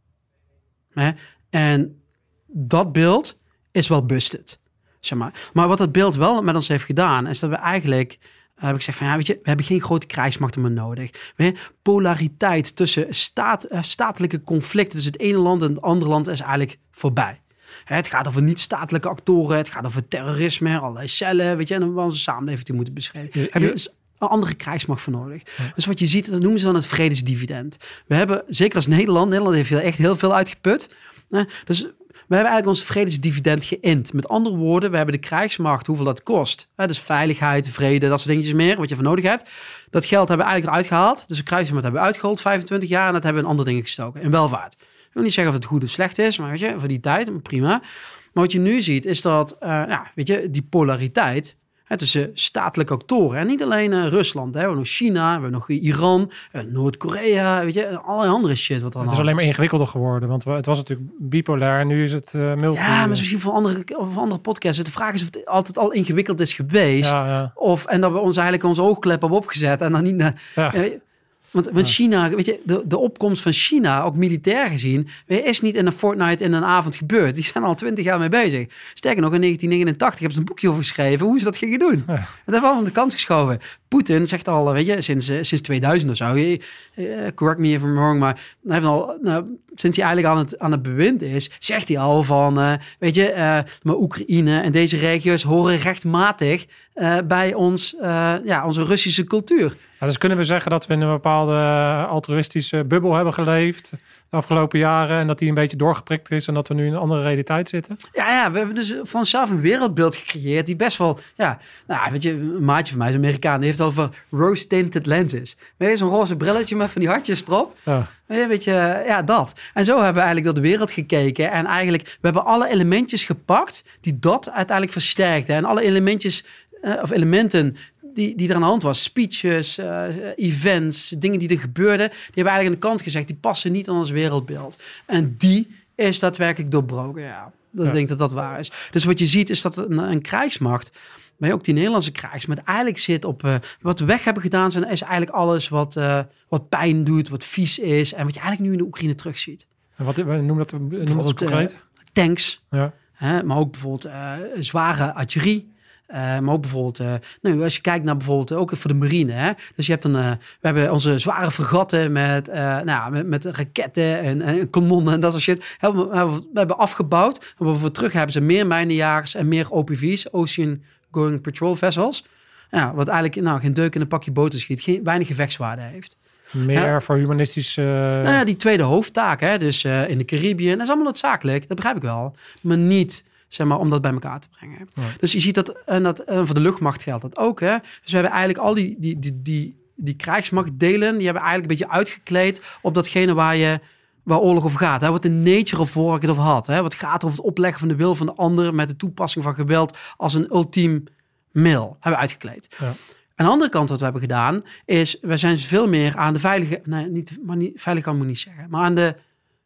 Hè? En dat beeld is wel busted. Zeg maar. Maar wat dat beeld wel met ons heeft gedaan... is dat we eigenlijk... Uh, heb ik gezegd van ja, weet je, we hebben geen grote krijgsmachten meer nodig. We polariteit tussen staat, uh, statelijke conflicten tussen het ene land en het andere land is eigenlijk voorbij. Hè, het gaat over niet-statelijke actoren, het gaat over terrorisme, allerlei cellen, weet je, en we onze samenleving die moeten beschrijven. Heb je dus een andere krijgsmacht voor nodig. Ja. Dus wat je ziet, dat noemen ze dan het vredesdividend. We hebben, zeker als Nederland, Nederland heeft er echt heel veel uitgeput. Hè, dus we hebben eigenlijk ons vredesdividend geïnd. Met andere woorden, we hebben de krijgsmacht, hoeveel dat kost. Hè, dus veiligheid, vrede, dat soort dingetjes meer, wat je voor nodig hebt. Dat geld hebben we eigenlijk eruit gehaald. Dus de krijgsmacht hebben we uitgehold, vijfentwintig jaar, en dat hebben we in andere dingen gestoken. In welvaart. Ik wil niet zeggen of het goed of slecht is, maar weet je, voor die tijd, prima. Maar wat je nu ziet, is dat, uh, ja, weet je, die polariteit... Hè, tussen statelijke actoren. En niet alleen uh, Rusland. Hè. We hebben nog China, we hebben nog Iran, uh, Noord-Korea, weet je, en allerlei andere shit. Wat er het is alleen maar ingewikkelder geworden, want het was natuurlijk bipolair en nu is het uh, multi. Ja, maar misschien voor andere, voor andere podcasts. De vraag is of het altijd al ingewikkeld is geweest. Ja, ja. Of, en dat we ons eigenlijk onze oogklep hebben opgezet en dan niet... Uh, ja. uh, Want, want China, weet je, de, de opkomst van China, ook militair gezien, is niet in een fortnight in een avond gebeurd. Die zijn al twintig jaar mee bezig. Sterker nog, in negentien negenentachtig hebben ze een boekje over geschreven hoe ze dat gingen doen. Ja. Dat hebben we allemaal aan de kant geschoven. Poetin zegt al, weet je, sinds, sinds tweeduizend of zo, uh, correct me if I'm wrong, maar hij heeft al, nou, sinds hij eigenlijk aan het, aan het bewind is, zegt hij al van, uh, weet je, uh, maar Oekraïne en deze regio's horen rechtmatig uh, bij ons, uh, ja, onze Russische cultuur. Ja, dus kunnen we zeggen dat we in een bepaalde altruïstische bubbel hebben geleefd de afgelopen jaren en dat die een beetje doorgeprikt is en dat we nu in een andere realiteit zitten? Ja, ja, we hebben dus van onszelf een wereldbeeld gecreëerd die best wel, ja, nou, weet je, een maatje van mij, een Amerikaan, die heeft het over rose-tinted lenses. Weet je, zo'n roze brilletje met van die hartjes erop. Ja. Weet je, ja, dat. En zo hebben we eigenlijk door de wereld gekeken en eigenlijk, we hebben alle elementjes gepakt die dat uiteindelijk versterkten. En alle elementjes, uh, of elementen die, die er aan de hand was, speeches, uh, events, dingen die er gebeurden, die hebben eigenlijk aan de kant gezegd, die passen niet aan ons wereldbeeld. En die is daadwerkelijk doorbroken, ja. Dat ja. Ik denk dat dat waar is. Dus wat je ziet is dat een, een krijgsmacht, maar ook die Nederlandse krijgsmacht, eigenlijk zit op uh, wat we weg hebben gedaan, zijn, is eigenlijk alles wat, uh, wat pijn doet, wat vies is en wat je eigenlijk nu in de Oekraïne terugziet. En wat noem dat, noem dat concreet? Uh, tanks, ja. hè, maar ook bijvoorbeeld uh, zware artillerie. Uh, maar ook bijvoorbeeld, uh, nou, als je kijkt naar bijvoorbeeld, ook voor de marine. Hè? Dus je hebt een, uh, we hebben onze zware fregatten met, uh, nou, met, met raketten en, en kanonnen en dat soort shit. Hebben we, we hebben afgebouwd. En wat we terug hebben zijn meer mijnenjagers en meer O P V's, Ocean Going Patrol Vessels. Ja, wat eigenlijk nou, geen deuk in een pakje boter schiet, geen, weinig gevechtswaarde heeft. Meer ja. voor humanistische... Uh... Nou ja, die tweede hoofdtaak, hè? Dus uh, in de Caribiën, dat is allemaal noodzakelijk, dat begrijp ik wel. Maar niet... zeg maar, om dat bij elkaar te brengen. Ja. Dus je ziet dat, en dat, en voor de luchtmacht geldt dat ook, hè. Dus we hebben eigenlijk al die, die, die, die, die krijgsmachtdelen, die hebben eigenlijk een beetje uitgekleed op datgene waar je, waar oorlog over gaat. Hè. Wat de nature of war, waar ik het over had. Hè. Wat gaat over het opleggen van de wil van de ander met de toepassing van geweld als een ultiem middel. Hebben we uitgekleed. Ja. Aan de andere kant wat we hebben gedaan, is, we zijn veel meer aan de veilige, nee, niet, maar niet, veilig kan ik niet zeggen, maar aan de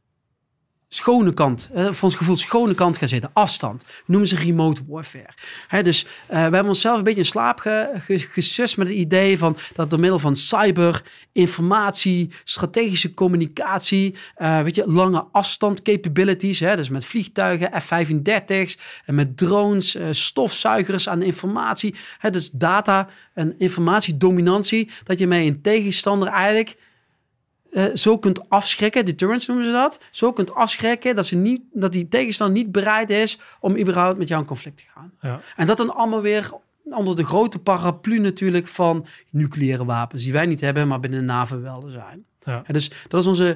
schone kant, eh, voor ons gevoel schone kant gaan zitten, afstand. We noemen ze remote warfare. Hè, dus uh, we hebben onszelf een beetje in slaap ge, ge, gesust met het idee van dat door middel van cyber, informatie, strategische communicatie, uh, weet je, lange afstand capabilities, hè, dus met vliegtuigen, F vijfendertig's en met drones, uh, stofzuigers aan informatie, hè, dus data en informatiedominantie, dat je met een tegenstander eigenlijk uh, zo kunt afschrikken, deterrence noemen ze dat, zo kunt afschrikken dat, ze niet, dat die tegenstander niet bereid is om überhaupt met jou in conflict te gaan. Ja. En dat dan allemaal weer onder de grote paraplu natuurlijk van nucleaire wapens, die wij niet hebben, maar binnen de NAVO wel er zijn. Ja. En dus dat is onze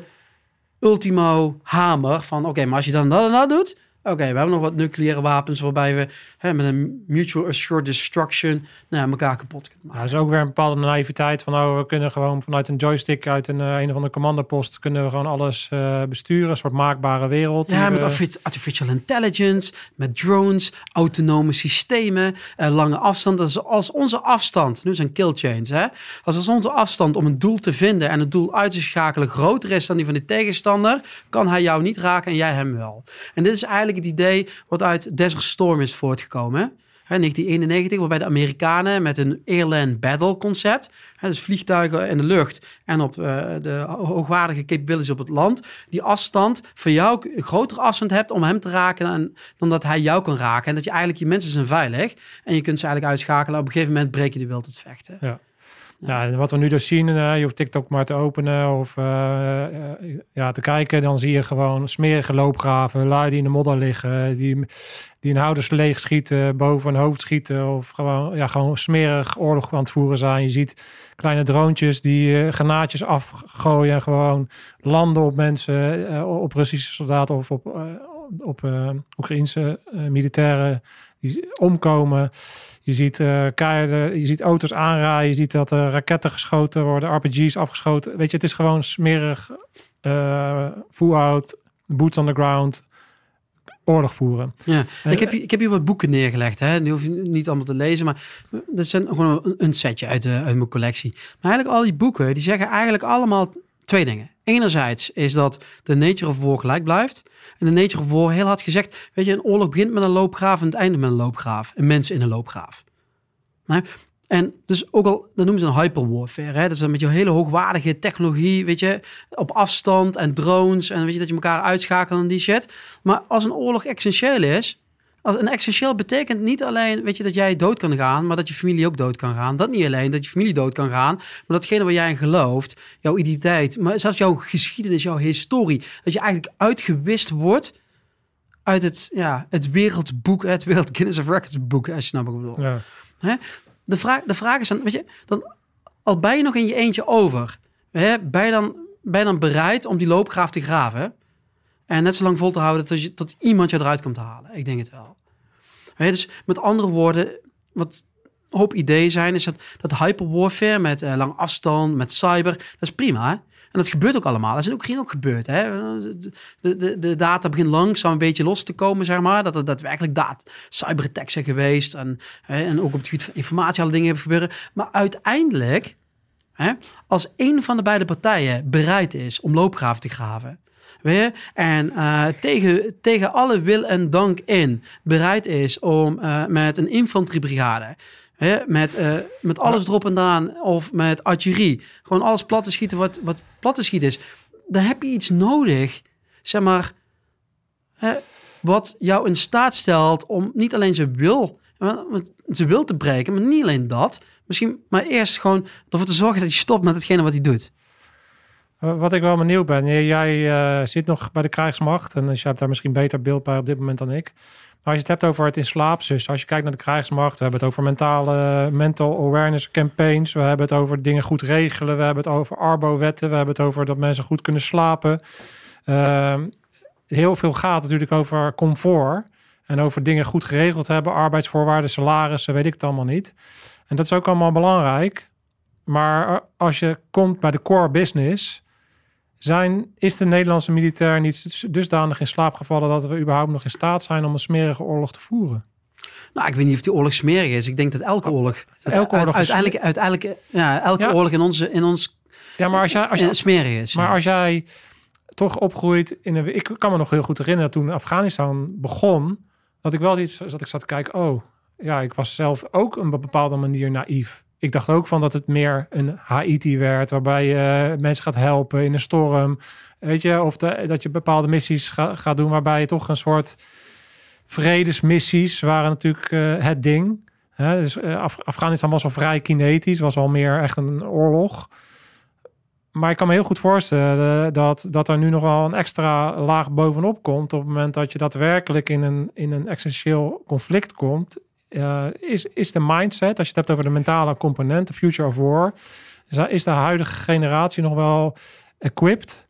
ultimo hamer van, oké, okay, maar als je dan dat en dat doet, oké, okay, we hebben nog wat nucleaire wapens waarbij we hè, met een mutual assured destruction nou, elkaar kapot kunnen maken. Ja, dat is ook weer een bepaalde naïviteit van, oh, we kunnen gewoon vanuit een joystick uit een, uh, een of andere commandopost kunnen we gewoon alles uh, besturen, een soort maakbare wereld. Ja, met we... artificial intelligence, met drones, autonome systemen, uh, lange afstand. Dat is als onze afstand, nu zijn kill chains, hè? Als, als onze afstand om een doel te vinden en het doel uit te schakelen groter is dan die van de tegenstander, kan hij jou niet raken en jij hem wel. En dit is eigenlijk het idee wat uit Desert Storm is voortgekomen. Hè, negentien eenennegentig, waarbij de Amerikanen met een airland battle concept, hè, dus vliegtuigen in de lucht en op uh, de hoogwaardige capabilities op het land, die afstand van jou een grotere afstand hebt om hem te raken dan, dan dat hij jou kan raken. En dat je eigenlijk, je mensen zijn veilig en je kunt ze eigenlijk uitschakelen. Op een gegeven moment breek je de wil tot vechten. Ja. Ja, en wat we nu dus zien, uh, je hoeft TikTok maar te openen of uh, uh, ja, te kijken. Dan zie je gewoon smerige loopgraven, lui die in de modder liggen, die, die een houders leeg schieten, boven een hoofd schieten. Of gewoon, ja, gewoon smerig oorlog aan het voeren zijn. Je ziet kleine droontjes die uh, granaatjes afgooien en gewoon landen op mensen, uh, op Russische soldaten of op, uh, op uh, Oekraïnse uh, militairen die omkomen. Je ziet, uh, keiharde, je ziet auto's aanrijden. Je ziet dat er raketten geschoten worden. R P G's afgeschoten. Weet je, het is gewoon smerig. Uh, full-out, boots on the ground. Oorlog voeren. Ja, uh, ik, heb hier, ik heb hier wat boeken neergelegd. Hè? Die hoef je niet allemaal te lezen. Maar dat zijn gewoon een, een setje uit, de, uit mijn collectie. Maar eigenlijk al die boeken, die zeggen eigenlijk allemaal twee dingen. Enerzijds is dat de nature of war gelijk blijft. En de nature of war, heel hard gezegd, weet je, een oorlog begint met een loopgraaf en het eindigt met een loopgraaf. En mensen in een loopgraaf. Maar, en dus ook al, dat noemen ze een hyperwarfare. Hè? Dat is dan met je hele hoogwaardige technologie, weet je, op afstand en drones. En weet je, dat je elkaar uitschakelt en die shit. Maar als een oorlog essentieel is, als een essentieel betekent niet alleen, weet je, dat jij dood kan gaan, maar dat je familie ook dood kan gaan. Dat niet alleen, dat je familie dood kan gaan, maar datgene waar jij in gelooft, jouw identiteit, maar zelfs jouw geschiedenis, jouw historie, dat je eigenlijk uitgewist wordt uit het, ja, het wereldboek, het Wereld Guinness of Records boek, als je snapt wat ik bedoel. Ja. Hè? De, vraag, de vraag is dan, weet je, dan, al ben je nog in je eentje over, hè, ben, je dan, ben je dan bereid om die loopgraaf te graven? En net zo lang vol te houden tot, je, tot iemand je eruit komt te halen. Ik denk het wel. Weet je, dus met andere woorden, wat een hoop ideeën zijn, is dat, dat hyperwarfare met uh, lang afstand, met cyber, dat is prima. Hè? En dat gebeurt ook allemaal. Dat is in Oekraïne ook gebeurd. Hè? De, de, de data begint langzaam een beetje los te komen, zeg maar. Dat er daadwerkelijk dat cyberattacks zijn geweest. En, hè, en ook op het gebied van informatie alle dingen hebben gebeuren. Maar uiteindelijk, hè, als één van de beide partijen bereid is om loopgraven te graven, weet je, en uh, tegen, tegen alle wil en dank in bereid is om uh, met een infanteriebrigade, hè, met, uh, met alles erop en eraan, of met artillerie, gewoon alles plat te schieten wat, wat plat te schieten is, dan heb je iets nodig, zeg maar, hè, wat jou in staat stelt om niet alleen zijn wil, zijn wil te breken, maar niet alleen dat, misschien maar eerst gewoon ervoor te zorgen dat je stopt met hetgene wat hij doet. Wat ik wel benieuwd ben, jij uh, zit nog bij de krijgsmacht en dus je hebt daar misschien beter beeld bij op dit moment dan ik. Maar als je het hebt over het in slaap zussen, als je kijkt naar de krijgsmacht, we hebben het over mentale, mental awareness campaigns, we hebben het over dingen goed regelen, we hebben het over arbo-wetten, we hebben het over dat mensen goed kunnen slapen. Uh, heel veel gaat natuurlijk over comfort en over dingen goed geregeld hebben, arbeidsvoorwaarden, salarissen, weet ik het allemaal niet. En dat is ook allemaal belangrijk. Maar als je komt bij de core business, zijn, is de Nederlandse militair niet dusdanig in slaap gevallen dat we überhaupt nog in staat zijn om een smerige oorlog te voeren? Nou, ik weet niet of die oorlog smerig is. Ik denk dat elke oorlog, dat elke oorlog uiteindelijk, is... uiteindelijk, ja, elke ja. oorlog in onze, in ons, ja, maar als jij, als jij, smerig is. Maar ja. als jij toch opgroeit in een, ik kan me nog heel goed herinneren toen Afghanistan begon, dat ik wel iets, dat ik zat te kijken, oh, ja, ik was zelf ook op een bepaalde manier naïef. Ik dacht ook van dat het meer een Haiti werd, waarbij je mensen gaat helpen in een storm. Weet je, of de, dat je bepaalde missies ga, gaat doen, waarbij je toch een soort vredesmissies waren natuurlijk uh, het ding. Hè? Dus uh, Af- Afghanistan was al vrij kinetisch, was al meer echt een oorlog. maar ik kan me heel goed voorstellen dat, dat er nu nog wel een extra laag bovenop komt. Op het moment dat je daadwerkelijk in een, in een essentieel conflict komt. Uh, is, is de mindset, als je het hebt over de mentale component, de future of war, is, is de huidige generatie nog wel equipped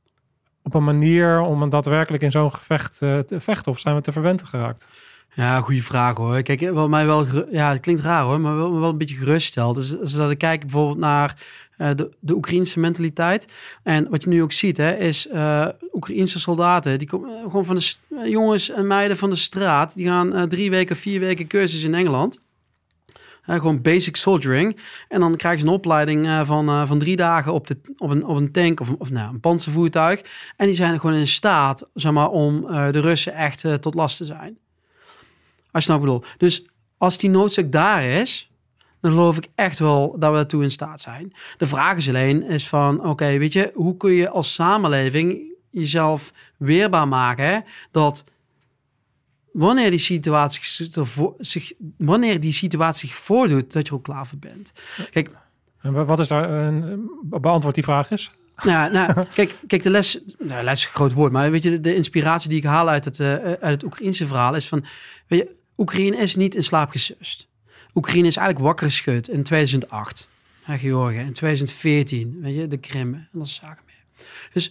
op een manier om daadwerkelijk in zo'n gevecht uh, te vechten? Of zijn we te verwend geraakt? Ja, goede vraag hoor. Kijk, wat mij wel, ja, het klinkt raar hoor, maar wel, wel een beetje geruststelt. Dus als dat ik kijk bijvoorbeeld naar uh, de, de Oekraïense mentaliteit. En wat je nu ook ziet, hè, is uh, Oekraïense soldaten, die komen uh, gewoon van de uh, jongens en meiden van de straat, die gaan uh, drie weken, vier weken cursus in Engeland. Uh, gewoon basic soldiering. En dan krijgen ze een opleiding uh, van, uh, van drie dagen op, de, op, een, op een tank of, of nou, een panzervoertuig. En die zijn gewoon in staat, zeg maar, om uh, de Russen echt uh, tot last te zijn. Als je nou bedoelt. Dus als die noodzaak daar is, dan geloof ik echt wel dat we daartoe in staat zijn. De vraag is alleen is van, oké, okay, weet je, hoe kun je als samenleving jezelf weerbaar maken, hè, dat wanneer die situatie zich, wanneer die situatie zich voordoet, dat je er ook klaar voor bent. Kijk, en wat is daar een beantwoord die vraag is? Nou, nou kijk, kijk, de les, nou, les is een groot woord, maar weet je, de, de inspiratie die ik haal uit het, uh, uit het Oekraïense verhaal is van, weet je, Oekraïne is niet in slaap gesust. Oekraïne is eigenlijk wakker geschud in tweeduizend acht. Ja, Georgië, in tweeduizend veertien, weet je, de Krim en dat soort zaken meer. Dus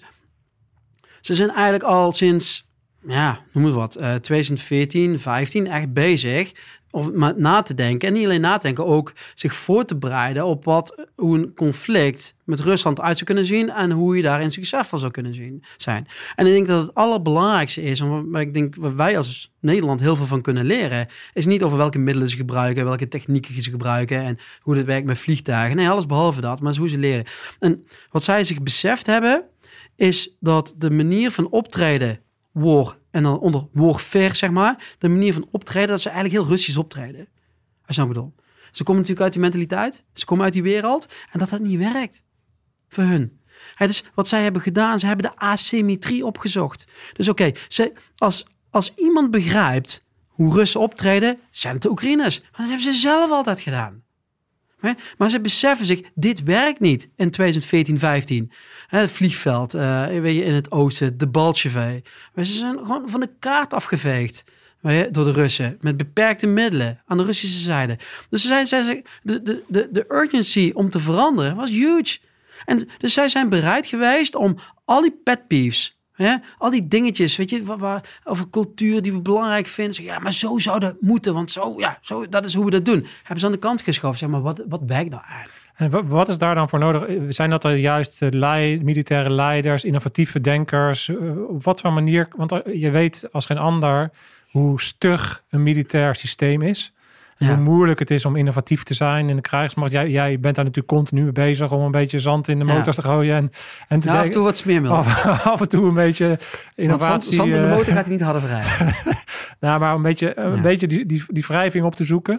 ze zijn eigenlijk al sinds, ja, noem het wat, uh, tweeduizend veertien, vijftien echt bezig om maar na te denken. En niet alleen na te denken, ook zich voor te bereiden op wat, hoe een conflict met Rusland uit zou kunnen zien en hoe je daarin succesvol zou kunnen zien, zijn. En ik denk dat het allerbelangrijkste is, en waar ik denk waar wij als Nederland heel veel van kunnen leren, is niet over welke middelen ze gebruiken, welke technieken ze gebruiken en hoe het werkt met vliegtuigen. Nee, alles behalve dat, maar is hoe ze leren. En wat zij zich beseft hebben, is dat de manier van optreden, war, en dan onder warfare, zeg maar, de manier van optreden, dat ze eigenlijk heel Russisch optreden. Als je nou bedoelt. Ze komen natuurlijk uit die mentaliteit, ze komen uit die wereld, en dat dat niet werkt. Voor hun. Het is wat zij hebben gedaan, ze hebben de asymmetrie opgezocht. Dus oké, okay, als, als iemand begrijpt hoe Russen optreden, zijn het de Oekraïners. Maar dat hebben ze zelf altijd gedaan. Maar ze beseffen zich, dit werkt niet in tweeduizend veertien, vijftien. Het vliegveld, uh, weet je, in het oosten, de Baltjeve. Maar ze zijn gewoon van de kaart afgeveegd, weet je, door de Russen. Met beperkte middelen aan de Russische zijde. Dus ze zijn, zij, de, de, de, de urgency om te veranderen was huge. En dus zij zijn bereid geweest om al die pet peeves, hè, al die dingetjes, weet je, waar, waar, over cultuur die we belangrijk vinden. Ja, maar zo zou dat moeten, want zo, ja, zo, dat is hoe we dat doen. Hebben ze aan de kant geschoven. Zeg maar, wat, wat werkt nou eigenlijk? En wat is daar dan voor nodig? Zijn dat er juist leid, militaire leiders, innovatieve denkers? Op wat voor manier? Want je weet als geen ander hoe stug een militair systeem is. En ja. Hoe moeilijk het is om innovatief te zijn in de krijgsmacht. Jij, jij bent daar natuurlijk continu mee bezig om een beetje zand in de motors ja. te gooien. En, en te ja, af en toe wat smeermeel. Af, af en toe een beetje innovatie. Want zand, zand in de motor gaat hij niet harder wrijven. Nou, maar een beetje, een ja. beetje die, die, die wrijving op te zoeken.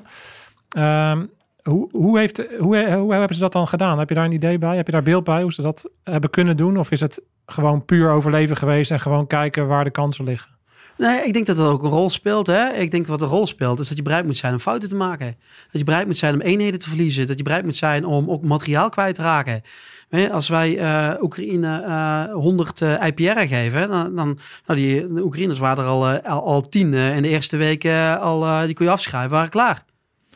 Um, Hoe, hoe, heeft, hoe, hoe hebben ze dat dan gedaan? Heb je daar een idee bij? Heb je daar beeld bij hoe ze dat hebben kunnen doen? Of is het gewoon puur overleven geweest en gewoon kijken waar de kansen liggen? Nee, ik denk dat dat ook een rol speelt. Hè? Ik denk dat wat een rol speelt is dat je bereid moet zijn om fouten te maken. Dat je bereid moet zijn om eenheden te verliezen. Dat je bereid moet zijn om ook materiaal kwijt te raken. Als wij uh, Oekraïne uh, honderd uh, I P R geven, dan, dan nou die de Oekraïners waren er al, uh, al, al tien uh, in de eerste week uh, al, uh, die kon je afschrijven, waren klaar.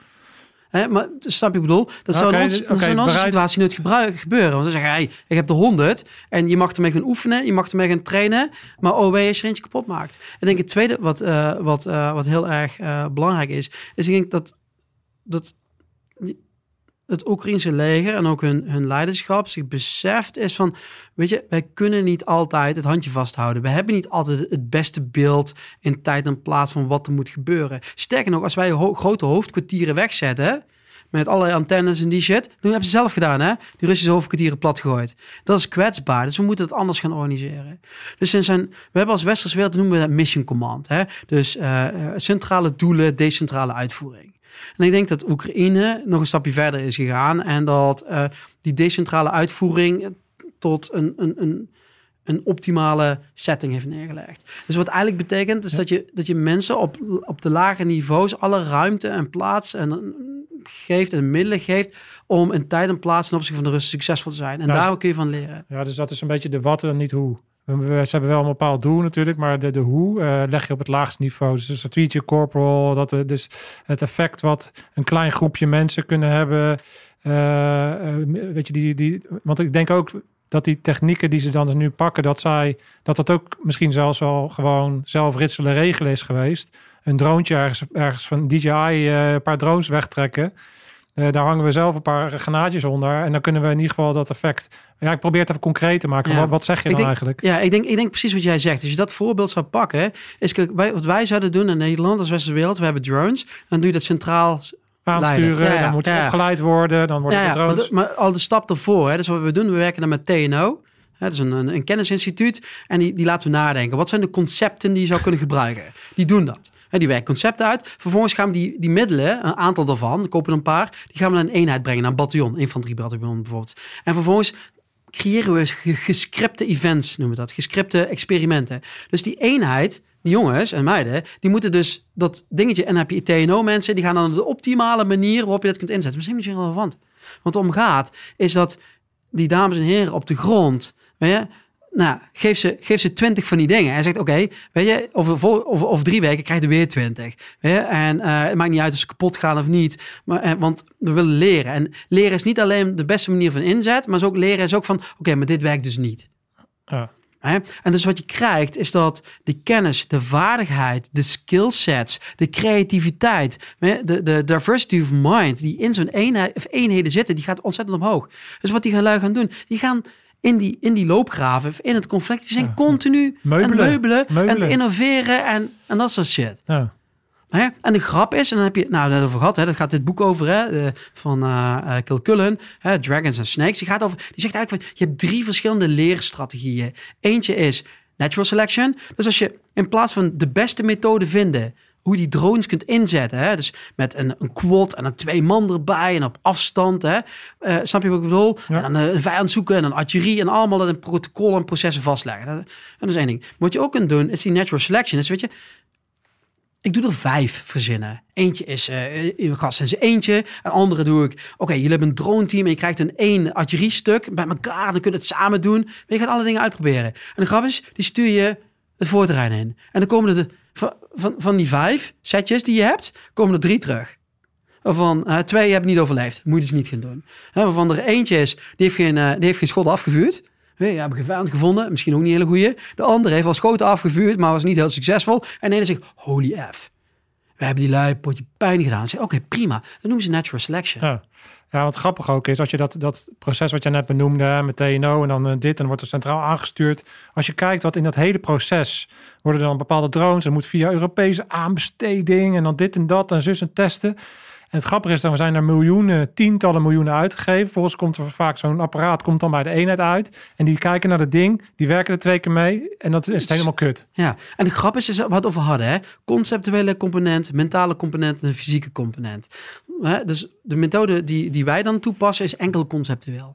He, maar snap je, ik bedoel, dat zou okay, in, ons, okay, dat zou in onze bereid... situatie nooit gebruik, gebeuren. Want dan zeggen, hey, ik heb de honderd en je mag ermee gaan oefenen, je mag ermee gaan trainen, maar oh wee, als je eentje kapot maakt. Ik denk het tweede wat, uh, wat, uh, wat heel erg uh, belangrijk is, is ik denk dat, dat het Oekraïense leger en ook hun, hun leiderschap zich beseft is van, weet je, wij kunnen niet altijd het handje vasthouden. We hebben niet altijd het beste beeld in tijd en plaats van wat er moet gebeuren. Sterker nog, als wij ho- grote hoofdkwartieren wegzetten, met allerlei antennes en die shit, dan hebben ze zelf gedaan, hè? Die Russische hoofdkwartieren platgegooid. Dat is kwetsbaar, dus we moeten het anders gaan organiseren. Dus in zijn, we hebben als westerse wereld, noemen we dat mission command, hè? Dus uh, centrale doelen, decentrale uitvoering. En ik denk dat Oekraïne nog een stapje verder is gegaan en dat uh, die decentrale uitvoering tot een, een, een, een optimale setting heeft neergelegd. Dus wat eigenlijk betekent is ja. dat, je, dat je mensen op, op de lage niveaus alle ruimte en plaats en, geeft en middelen geeft om in tijd en plaats ten opzichte van de Russen succesvol te zijn. En ja, daar kun je van leren. Ja, dus dat is een beetje de wat en niet hoe. We, ze hebben wel een bepaald doel natuurlijk, maar de, de hoe uh, leg je op het laagste niveau. Dus de strategic corporal, dat we, dus het effect wat een klein groepje mensen kunnen hebben. Uh, uh, weet je, die, die, want ik denk ook dat die technieken die ze dan dus nu pakken, dat zij, dat dat ook misschien zelfs wel gewoon zelf ritselen regelen is geweest. Een droontje ergens, ergens van D J I, uh, een paar drones wegtrekken. Uh, daar hangen we zelf een paar granaatjes onder. En dan kunnen we in ieder geval dat effect... Ja, ik probeer het even concreet te maken. Ja. Wat, wat zeg je ik dan denk, eigenlijk? Ja, ik denk, ik denk precies wat jij zegt. Als je dat voorbeeld zou pakken... is kijk, wij, wat wij zouden doen in Nederland als westerse wereld... we hebben drones, dan doe je dat centraal... aansturen, ja, ja, dan moet het ja, opgeleid worden, dan worden ja, de drones... Maar, de, maar al de stap ervoor, hè, dus wat we doen, we werken dan met T N O... Het is een, een, een kennisinstituut en die, die laten we nadenken. Wat zijn de concepten die je zou kunnen gebruiken? Die doen dat. He, die werken concepten uit. Vervolgens gaan we die, die middelen, een aantal daarvan, we kopen een paar, die gaan we naar een eenheid brengen, naar een bataljon, infanteriebataljon bijvoorbeeld. En vervolgens creëren we gescripte events, noemen we dat, gescripte experimenten. Dus die eenheid, die jongens en meiden, die moeten dus dat dingetje, en dan heb je T N O mensen, die gaan dan op de optimale manier waarop je dat kunt inzetten. Misschien is het niet zo relevant. Want wat om gaat, is dat die dames en heren op de grond, weet je, nou, geef ze, geef ze twintig van die dingen. En zegt, oké, okay, weet je, over, over, over drie weken krijg je er weer twintig. Weet je? En uh, het maakt niet uit of ze kapot gaan of niet. Maar, uh, want we willen leren. En leren is niet alleen de beste manier van inzet, maar is ook leren is ook van, oké, okay, maar dit werkt dus niet. Ja. Hè? En dus wat je krijgt is dat de kennis, de vaardigheid, de skillsets, de creativiteit, de, de diversity of mind die in zo'n eenheid, of eenheden zitten, die gaat ontzettend omhoog. Dus wat die gaan lui gaan doen, die gaan in die, in die loopgraven, in het conflict, die zijn ja. continu meubelen, en meubelen, meubelen en te innoveren en, en dat soort shit. Ja. Hè? En de grap is, en dan heb je, nou, dat over gehad, hè, dat gaat dit boek over, hè, de, van uh, Kilcullen, hè, Dragons and Snakes. Die gaat over, die zegt eigenlijk van, je hebt drie verschillende leerstrategieën. Eentje is natural selection. Dus als je in plaats van de beste methode vinden, hoe je die drones kunt inzetten, hè, dus met een, een quad en dan twee man erbij en op afstand, hè, uh, snap je wat ik bedoel? Ja. En dan uh, een vijand zoeken en dan artillerie en allemaal dat in protocol en processen vastleggen. Dat, dat is één ding. Maar wat je ook kunt doen, is die natural selection. Dus weet je, ik doe er vijf verzinnen. Eentje is uh, gas en eentje. En andere doe ik, oké, okay, jullie hebben een drone team en je krijgt een één artilleriestuk bij elkaar. Dan kun je het samen doen. Maar je gaat alle dingen uitproberen. En de grap is, die stuur je het voorterrein in. En dan komen er de, van, van, van die vijf setjes die je hebt, komen er drie terug. Waarvan uh, twee hebben niet overleefd. Moet je dus niet gaan doen. He, waarvan er eentje is, die heeft geen, uh, die heeft geen schot afgevuurd. We hebben een vijand gevonden, misschien ook niet een hele goeie. De andere heeft wel schoten afgevuurd, maar was niet heel succesvol. En de ene zegt, holy F. We hebben die lui potje pijn gedaan. En zeg, oké, okay, prima. Dat noemen ze natural selection. Ja. Ja, wat grappig ook is, als je dat, dat proces wat je net benoemde, met T N O en dan uh, dit, en wordt er centraal aangestuurd. Als je kijkt wat in dat hele proces, worden er dan bepaalde drones, en moet via Europese aanbesteding, en dan dit en dat, en zus en testen. En het grappige is, dan zijn er miljoenen, tientallen miljoenen uitgegeven. Vervolgens komt er vaak zo'n apparaat, komt dan bij de eenheid uit. En die kijken naar het ding, die werken er twee keer mee. En dat is het helemaal kut. Ja, en de grap is, is wat we het over hadden. Hè? Conceptuele component, mentale component en fysieke component. Hè? Dus de methode die, die wij dan toepassen is enkel conceptueel.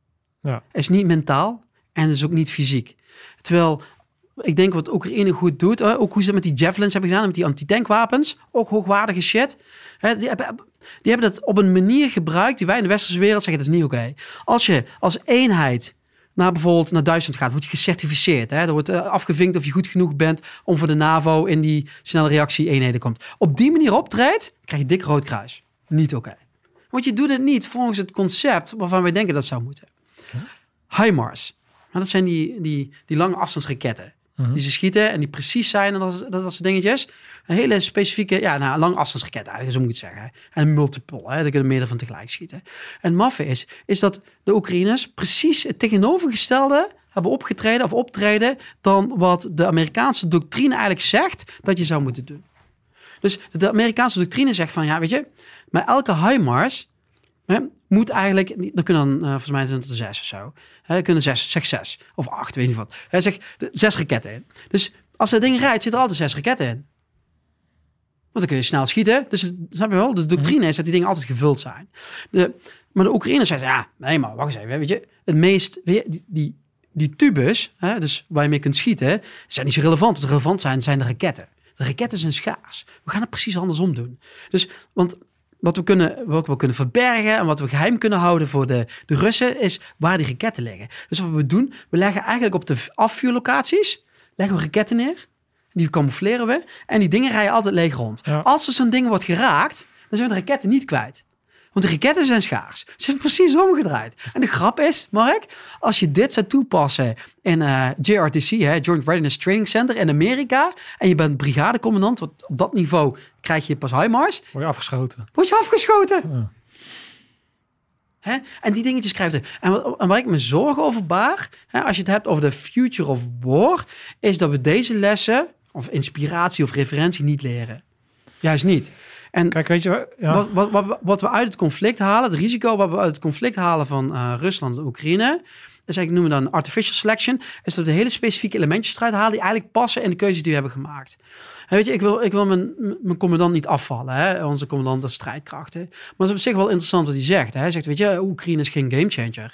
Ja. Is niet mentaal en is ook niet fysiek. Terwijl, ik denk wat Oekraïne goed doet, ook hoe ze met die javelins hebben gedaan, met die antitankwapens, ook hoogwaardige shit. Die hebben, die hebben dat op een manier gebruikt die wij in de westerse wereld zeggen, dat is niet oké. Okay. Als je als eenheid naar bijvoorbeeld naar Duitsland gaat, word je gecertificeerd. Hè? Er wordt afgevinkt of je goed genoeg bent om voor de NAVO in die snelle reactie eenheden komt. Op die manier optreedt, krijg je dik rood kruis. Niet oké. Okay. Want je doet het niet volgens het concept waarvan wij denken dat zou moeten. Huh? HIMARS. Nou, dat zijn die, die, die lange afstandsraketten. Uh-huh. Die ze schieten en die precies zijn en dat, dat, dat soort dingetjes. Een hele specifieke, ja, nou, lang afstandsraket eigenlijk, zo moet ik het zeggen. En multiple, hè, daar kunnen meerdere van tegelijk schieten. En het maffe is, is dat de Oekraïners precies het tegenovergestelde hebben opgetreden of optreden dan wat de Amerikaanse doctrine eigenlijk zegt dat je zou moeten doen. Dus de Amerikaanse doctrine zegt van, ja, weet je, maar elke HIMARS hè, moet eigenlijk, er kunnen dan, uh, volgens mij zijn het er zes of zo. Er kunnen zes, zeg zes of acht, weet niet wat. Hij zegt zes raketten in. Dus als dat ding rijdt, zit er altijd zes raketten in. Want dan kun je snel schieten. Dus snap je wel, de doctrine is dat die dingen altijd gevuld zijn. De, maar de Oekraïners zeggen, ja, nee maar, wacht eens even. Weet je, het meest, weet je, die, die, die tubus, hè, dus waar je mee kunt schieten, zijn niet zo relevant. Wat relevant zijn, zijn de raketten. De raketten zijn schaars. We gaan het precies andersom doen. Dus, want wat we kunnen, wat we kunnen verbergen en wat we geheim kunnen houden voor de, de Russen, is waar die raketten liggen. Dus wat we doen, we leggen eigenlijk op de afvuurlocaties, leggen we raketten neer, die camoufleren we, en die dingen rijden altijd leeg rond. Ja. Als er zo'n ding wordt geraakt, dan zijn we de raketten niet kwijt. Want de raketten zijn schaars. Ze zijn precies omgedraaid. En de grap is, Mark, als je dit zou toepassen in uh, J R T C, hè, Joint Readiness Training Center in Amerika, en je bent brigadecommandant, want op dat niveau krijg je pas HIMARS. Word je afgeschoten. Word je afgeschoten. Ja. Hè? En die dingetjes schrijft hij. En, wat, en waar ik me zorgen over baar, hè, als je het hebt over de future of war, is dat we deze lessen, of inspiratie of referentie, niet leren. Juist niet. En kijk, weet je, ja. wat, wat, wat, wat we uit het conflict halen, het risico wat we uit het conflict halen van uh, Rusland en Oekraïne, is eigenlijk noemen we dan artificial selection, is dat we de hele specifieke elementjes eruit halen die eigenlijk passen in de keuzes die we hebben gemaakt. En weet je, ik wil, ik wil mijn, mijn commandant niet afvallen, hè? Onze commandant de strijdkrachten. Maar het is op zich wel interessant wat hij zegt. Hè? Hij zegt, weet je, Oekraïne is geen gamechanger.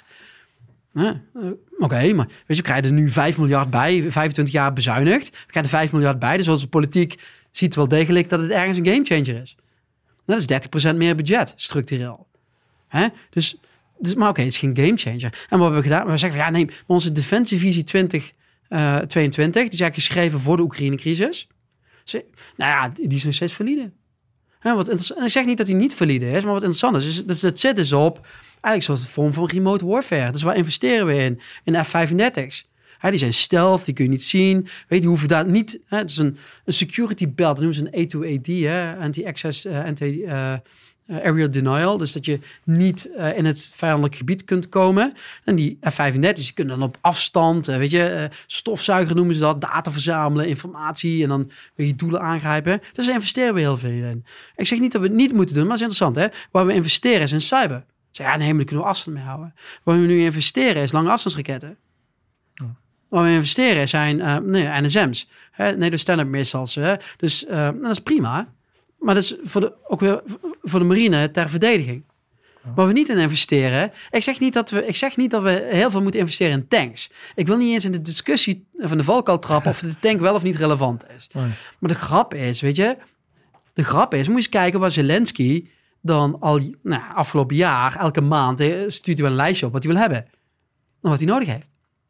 Uh, Oké, okay, maar weet je, we krijgen er nu vijf miljard bij, vijfentwintig jaar bezuinigd. We krijgen er vijf miljard bij, dus onze politiek ziet wel degelijk dat het ergens een gamechanger is. Dat is dertig procent meer budget, structureel. Hè? Dus, dus, maar oké, okay, het is geen gamechanger. En wat hebben we gedaan? We zeggen van, ja, nee, maar onze defensievisie twintig tweeëntwintig, die is eigenlijk geschreven voor de Oekraïne-crisis. Nou ja, die is nog steeds valide. Hè, wat interessant. En ik zeg niet dat die niet valide is, maar wat interessant is, is dat het zit dus op eigenlijk zoals een vorm van remote warfare. Dus waar investeren we in? In F vijfendertig's. Hè, die zijn stealth, die kun je niet zien. Weet je, die hoeven daar niet. Hè, het is een, een security belt, dat noemen ze een A twee A D, hè, anti-access, uh, anti, uh, uh, aerial denial. Dus dat je niet uh, in het vijandelijk gebied kunt komen. En die F vijfendertig's, die kunnen dan op afstand, uh, weet je, uh, stofzuiger noemen ze dat, data verzamelen, informatie en dan weer je doelen aangrijpen. Dus daar investeren we heel veel in. Ik zeg niet dat we het niet moeten doen, maar het is interessant, hè. Waar we investeren is in cyber. Zeg, ja, nee, maar daar kunnen we afstand mee houden. Waar we nu investeren is lange afstandsraketten. Ja. Waar we investeren zijn uh, nee, N S M's. Hè? Nee, de stand-up missiles. Hè? Dus uh, dat is prima. Maar dat is voor de, ook weer voor de marine ter verdediging. Ja. Waar we niet in investeren. Ik zeg niet dat we, ik zeg niet dat we heel veel moeten investeren in tanks. Ik wil niet eens in de discussie van de valkuil trappen of de tank wel of niet relevant is. Nee. Maar de grap is, weet je, de grap is, moet je eens kijken waar Zelensky dan al nou, afgelopen jaar, elke maand, he, stuurt hij wel een lijstje op wat hij wil hebben. En wat hij nodig heeft.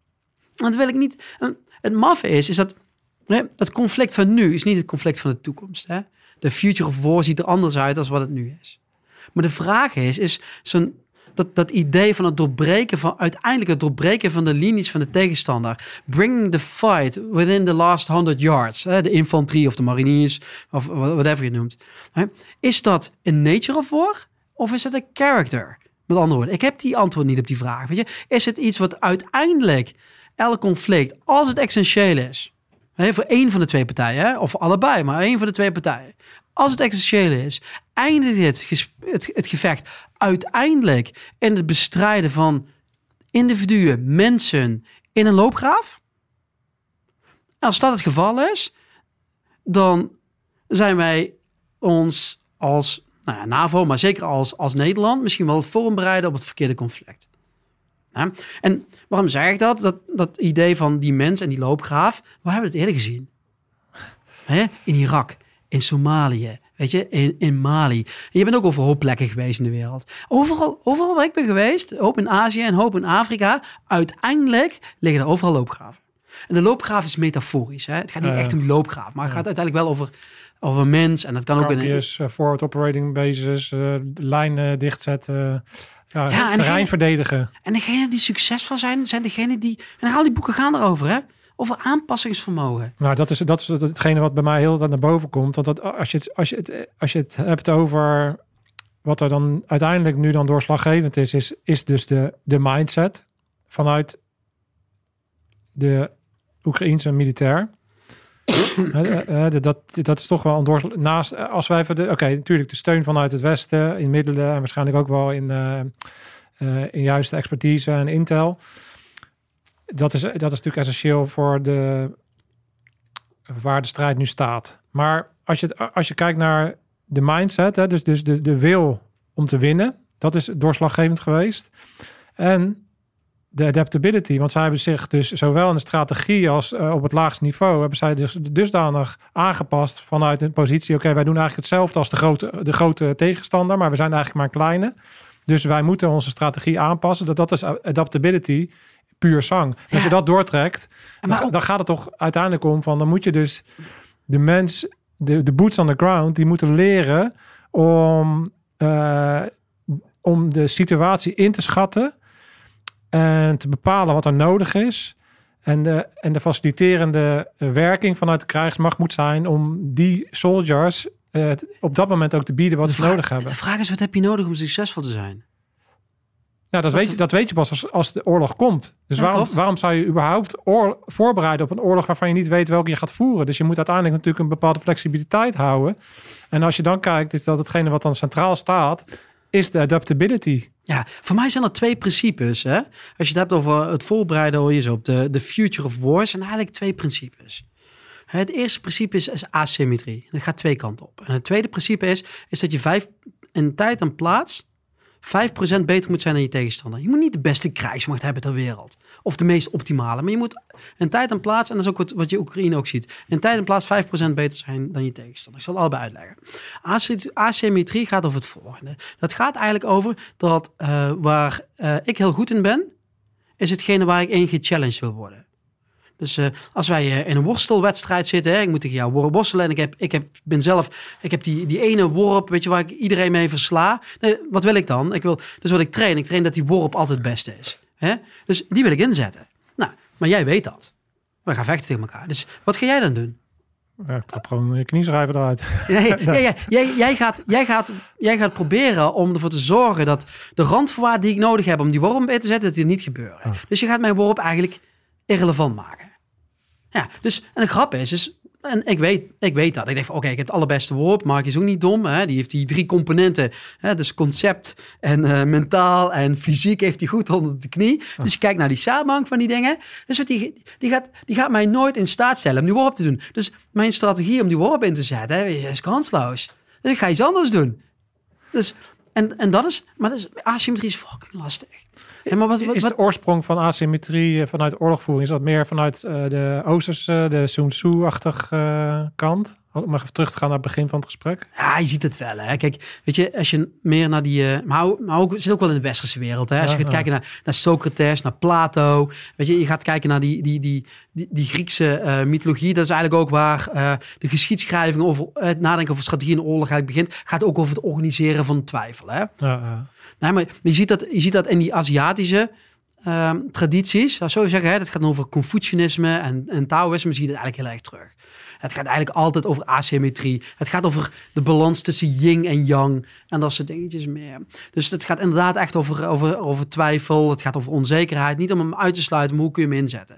En dat wil ik niet. Het maffe is, is dat hè, het conflict van nu is niet het conflict van de toekomst. Hè? De future of war ziet er anders uit dan wat het nu is. Maar de vraag is, is zo'n, dat, dat idee van het doorbreken van, uiteindelijk het doorbreken van de linies van de tegenstander. Bringing the fight within the last hundred yards. Hè? De infanterie of de mariniers, of whatever je het noemt. Hè? Is dat een nature of war? Of is dat een character? Met andere woorden, ik heb die antwoord niet op die vraag. Weet je? Is het iets wat uiteindelijk elk conflict, als het essentieel is, hè, voor één van de twee partijen, hè, of allebei, maar één van de twee partijen, als het essentieel is, eindigt het, ges- het, het gevecht uiteindelijk in het bestrijden van individuen, mensen in een loopgraaf? Als dat het geval is, dan zijn wij ons als nou ja, NAVO, maar zeker als, als Nederland misschien wel voorbereiden op het verkeerde conflict. Ja? En waarom zeg ik dat? dat? Dat idee van die mens en die loopgraaf, waar hebben we het eerder gezien? Hè? In Irak, in Somalië, weet je, in, in Mali. En je bent ook over hoop plekken geweest in de wereld. Overal, overal waar ik ben geweest, hoop in Azië en hoop in Afrika, uiteindelijk liggen er overal loopgraven. En de loopgraaf is metaforisch. Hè? Het gaat niet uh, echt om die loopgraaf, maar het gaat uiteindelijk wel over, over mens. En dat kan Kampjes, ook in... Uh, forward operating bases, uh, lijnen dichtzetten... Ja, ja, terrein degene, verdedigen. En degenen die succesvol zijn, zijn degenen die... En al die boeken gaan erover, hè? Over aanpassingsvermogen. Nou, dat is, dat is hetgene wat bij mij heel tijd naar boven komt. Want dat, als, je het, als, je het, als je het hebt over wat er dan uiteindelijk nu dan doorslaggevend is, is, is dus de, de mindset vanuit de Oekraïense militair. dat, dat is toch wel een doorslag. Naast, als wij even de, oké, okay, natuurlijk de steun vanuit het Westen in middelen en waarschijnlijk ook wel in, uh, uh, in juiste expertise en intel. Dat is, dat is natuurlijk essentieel voor de waar de strijd nu staat. Maar als je, als je kijkt naar de mindset, hè, dus, dus de, de wil om te winnen, dat is doorslaggevend geweest. En de adaptability. Want zij hebben zich dus zowel in de strategie als uh, op het laagste niveau... hebben zij dus dusdanig aangepast vanuit een positie... oké, okay, wij doen eigenlijk hetzelfde als de grote, de grote tegenstander... maar we zijn eigenlijk maar een kleine. Dus wij moeten onze strategie aanpassen. Dat, dat is adaptability, puur zang. Ja. Als je dat doortrekt, dan, ook... dan gaat het toch uiteindelijk om... van dan moet je dus de mens, de, de boots on the ground... die moeten leren om, uh, om de situatie in te schatten... en te bepalen wat er nodig is. En de, en de faciliterende werking vanuit de krijgsmacht moet zijn... om die soldiers uh, op dat moment ook te bieden wat ze nodig hebben. De vraag is, wat heb je nodig om succesvol te zijn? Nou, dat, weet je, dat weet je pas als, als de oorlog komt. Dus ja, waarom, waarom zou je überhaupt oor, voorbereiden op een oorlog... waarvan je niet weet welke je gaat voeren? Dus je moet uiteindelijk natuurlijk een bepaalde flexibiliteit houden. En als je dan kijkt, is dat hetgene wat dan centraal staat... is de adaptability. Ja, voor mij zijn er twee principes. Hè? Als je het hebt over het voorbereiden hoor je zo op de, de future of war... zijn eigenlijk twee principes. Het eerste principe is, is asymmetrie. Dat gaat twee kanten op. En het tweede principe is, is dat je vijf, in tijd en plaats... vijf procent beter moet zijn dan je tegenstander. Je moet niet de beste krijgsmacht hebben ter wereld. Of de meest optimale. Maar je moet in tijd en plaats... en dat is ook wat, wat je Oekraïne ook ziet... in tijd en plaats vijf procent beter zijn dan je tegenstander. Ik zal het allebei uitleggen. Asymmetrie gaat over het volgende. Dat gaat eigenlijk over dat uh, waar uh, ik heel goed in ben... is hetgene waar ik in gechallenged wil worden. Dus uh, als wij uh, in een worstelwedstrijd zitten, hè, ik moet tegen jou worstelen en ik heb, ik heb, ben zelf, ik heb die, die ene worp, weet je, waar ik iedereen mee versla. Nee, wat wil ik dan? Ik wil, dus wat ik train, ik train dat die worp altijd het beste is. Hè? Dus die wil ik inzetten. Nou, maar jij weet dat. We gaan vechten tegen elkaar. Dus wat ga jij dan doen? Ja, ik trap gewoon je knieschijven eruit. Ja, ja, ja, ja. Jij, jij, gaat, jij, gaat, jij gaat proberen om ervoor te zorgen dat de randvoorwaarden die ik nodig heb om die worp in te zetten, dat die niet gebeuren. Oh. Dus je gaat mijn worp eigenlijk irrelevant maken. Ja, dus en de grap is, is en ik weet, ik weet dat. Ik denk van, oké, okay, ik heb het allerbeste worp. Mark is ook niet dom. Hè? Die heeft die drie componenten. Hè? Dus concept en uh, mentaal en fysiek heeft hij goed onder de knie. Dus je kijkt naar die samenhang van die dingen. Dus wat die, die, gaat, die gaat mij nooit in staat stellen om die worp te doen. Dus mijn strategie om die worp in te zetten hè, is kansloos. Dus ik ga iets anders doen. Dus, en, en dat is, maar dat is, asymmetrie is fucking lastig. Ja, maar wat, wat, is de oorsprong van asymmetrie vanuit oorlogvoering? Is dat meer vanuit uh, de Oosterse, de Sun Tzu-achtig uh, kant? Om even terug te gaan naar het begin van het gesprek. Ja, je ziet het wel. Hè. Kijk, weet je, als je meer naar die... Uh, maar, maar ook, het zit ook wel in de westerse wereld. Hè. Als je ja, gaat ja. kijken naar, naar Socrates, naar Plato. Weet je, je gaat kijken naar die, die, die, die, die Griekse uh, mythologie. Dat is eigenlijk ook waar uh, de geschiedschrijving over het nadenken over strategie en oorlog eigenlijk begint. Gaat ook over het organiseren van twijfel. Hè. Ja, ja. Nee, maar je ziet, dat, je ziet dat in die Aziatische uh, tradities. Dat zou je zeggen, hè, dat gaat over Confucianisme en, en Taoïsme. Zie je dat eigenlijk heel erg terug. Het gaat eigenlijk altijd over asymmetrie. Het gaat over de balans tussen yin en yang. En dat soort dingetjes meer. Dus het gaat inderdaad echt over, over, over twijfel. Het gaat over onzekerheid. Niet om hem uit te sluiten, maar hoe kun je hem inzetten.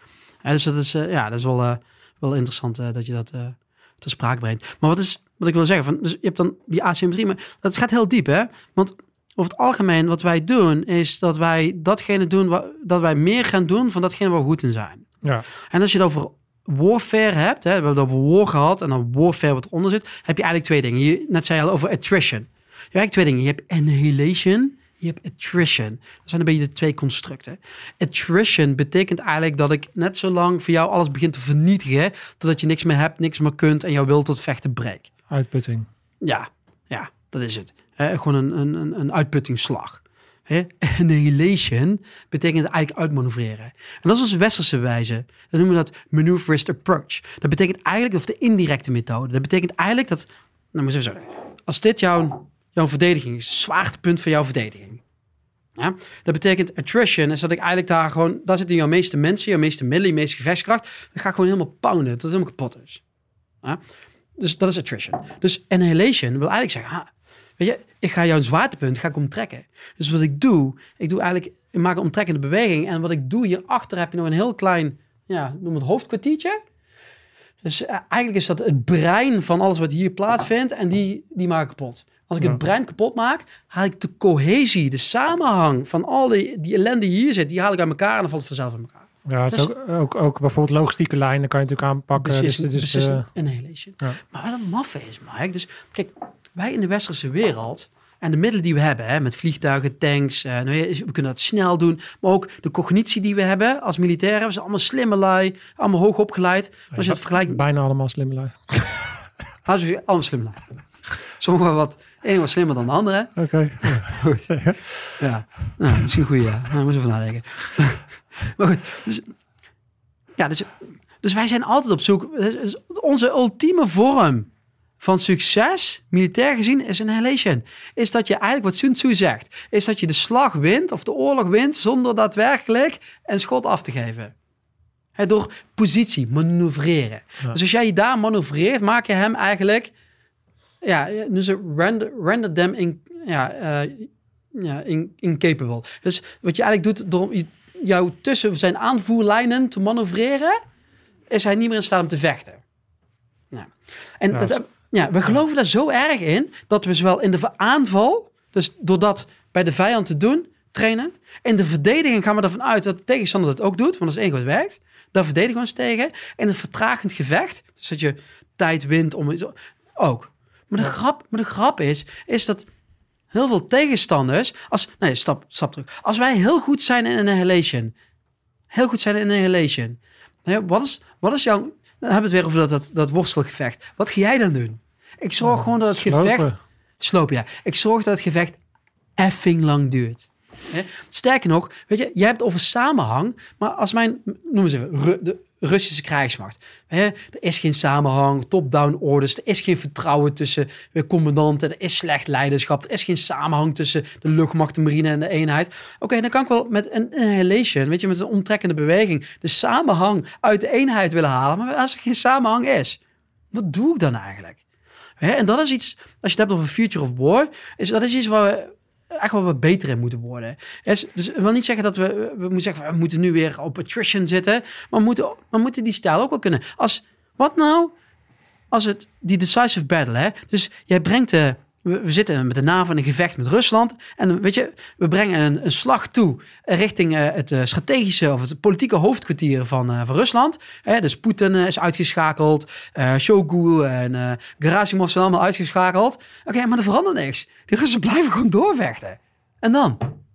En dus dat is, uh, ja, dat is wel, uh, wel interessant uh, dat je dat uh, ter sprake brengt. Maar wat, is, wat ik wil zeggen, van, dus je hebt dan die asymmetrie. Maar dat gaat heel diep, hè. Want over het algemeen, wat wij doen, is dat wij datgene doen, wat, dat wij meer gaan doen van datgene waar we goed in zijn. Ja. En als je het over warfare hebt, hè, we hebben het over war gehad en dan warfare wat eronder zit, heb je eigenlijk twee dingen. Je, net zei je al over attrition. Je hebt eigenlijk twee dingen. Je hebt annihilation, je hebt attrition. Dat zijn een beetje de twee constructen. Attrition betekent eigenlijk dat ik net zo lang voor jou alles begin te vernietigen, totdat je niks meer hebt, niks meer kunt en jouw wil tot vechten breekt. Uitputting. Ja, ja, dat is het. He, gewoon een, een, een uitputtingsslag. He, annihilation betekent eigenlijk uitmanoeuvreren. En dat is onze westerse wijze. Dan noemen we dat maneuverist approach. Dat betekent eigenlijk, of de indirecte methode. Dat betekent eigenlijk dat, nou moet ik even zeggen, als dit jouw, jouw verdediging is, het zwaartepunt van jouw verdediging. Ja, dat betekent attrition is dat ik eigenlijk daar gewoon, daar zitten jouw meeste mensen, jouw meeste middelen, je meeste gevechtskracht. Dan ga ik gewoon helemaal pounden, tot het helemaal kapot is. Ja, dus dat is attrition. Dus annihilation wil eigenlijk zeggen, ha, weet je, ik ga jouw zwaartepunt ga ik omtrekken. Dus wat ik doe, ik doe eigenlijk, ik maak een omtrekkende beweging. En wat ik doe, hierachter heb je nog een heel klein, ja, noem het hoofdkwartiertje. Dus uh, eigenlijk is dat het brein van alles wat hier plaatsvindt. En die, die maak ik kapot. Als ik ja. het brein kapot maak, haal ik de cohesie, de samenhang van al die, die ellende die hier zit, die haal ik uit elkaar en dan valt het vanzelf uit elkaar. Ja, het is dus, ook, ook, ook bijvoorbeeld logistieke lijnen kan je natuurlijk aanpakken. Persistent, dus, dus, persistent uh, annihilation. Ja. Maar wat een maffe is, Mike. Dus kijk, wij in de westerse wereld En de middelen die we hebben, hè, met vliegtuigen, tanks, uh, we kunnen dat snel doen. Maar ook de cognitie die we hebben als militairen. We zijn allemaal slimme lui, allemaal hoog opgeleid. Als je het vergelijkt... Bijna allemaal slimme lui. Als je allemaal slimme lui. Sommigen wat, één wat slimmer dan de andere. Oké. Okay. Goed. Ja, nou, misschien goed, ja. Nou, moet je even nadenken. Maar goed, dus, ja, dus, dus wij zijn altijd op zoek. Dus onze ultieme vorm van succes, militair gezien, is annihilation. Is dat je eigenlijk, wat Sun Tzu zegt, is dat je de slag wint of de oorlog wint zonder daadwerkelijk een schot af te geven. He, door positie, manoeuvreren. Ja. Dus als jij je daar manoeuvreert, maak je hem eigenlijk, ja, dus render, render them in, ja, uh, ja, in, incapable. Dus wat je eigenlijk doet door jou tussen zijn aanvoerlijnen te manoeuvreren, is hij niet meer in staat om te vechten. Ja. En ja, dat, ja, we geloven daar zo erg in dat we zowel in de aanval, dus door dat bij de vijand te doen, trainen. In de verdediging gaan we ervan uit dat de tegenstander dat ook doet, want dat is het enige wat werkt. Daar verdedigen we ons tegen. In het vertragend gevecht, dus dat je tijd wint om ook. Maar de, ja. grap, maar de grap is, is dat heel veel tegenstanders, als, nee, stap, stap terug. Als wij heel goed zijn in annihilation, heel goed zijn in annihilation, wat is, wat is jouw, dan hebben we het weer over dat, dat, dat worstelgevecht. Wat ga jij dan doen? Ik zorg ja, gewoon dat het slopen. gevecht, slopen ja. Ik zorg dat het gevecht effing lang duurt. He? Sterker nog, weet je, jij hebt het over samenhang, maar als mijn, noem eens even, Ru- de Russische krijgsmacht. He? Er is geen samenhang, top-down orders, er is geen vertrouwen tussen commandanten, er is slecht leiderschap, er is geen samenhang tussen de luchtmacht, de marine en de eenheid. Oké, okay, dan kan ik wel met een annihilation, weet je, met een omtrekkende beweging, de samenhang uit de eenheid willen halen, maar als er geen samenhang is, wat doe ik dan eigenlijk? He? En dat is iets, als je het hebt over future of war, is dat is iets waar we echt wel wat beter in moeten worden. Dus ik wil niet zeggen dat we, we moeten zeggen, we moeten nu weer op attrition zitten, maar we moeten, we moeten die stijl ook wel kunnen. Als, wat nou, als het, die decisive battle, hè? Dus jij brengt de, we, we zitten met de NAVO in een gevecht met Rusland en weet je, we brengen een, een slag toe richting uh, het uh, strategische of het politieke hoofdkwartier van, uh, van Rusland. Hè? Dus Poetin uh, is uitgeschakeld, uh, Shoigu en uh, Gerasimov zijn allemaal uitgeschakeld. Oké, okay, maar er verandert niks. Die Russen blijven gewoon doorvechten. En dan?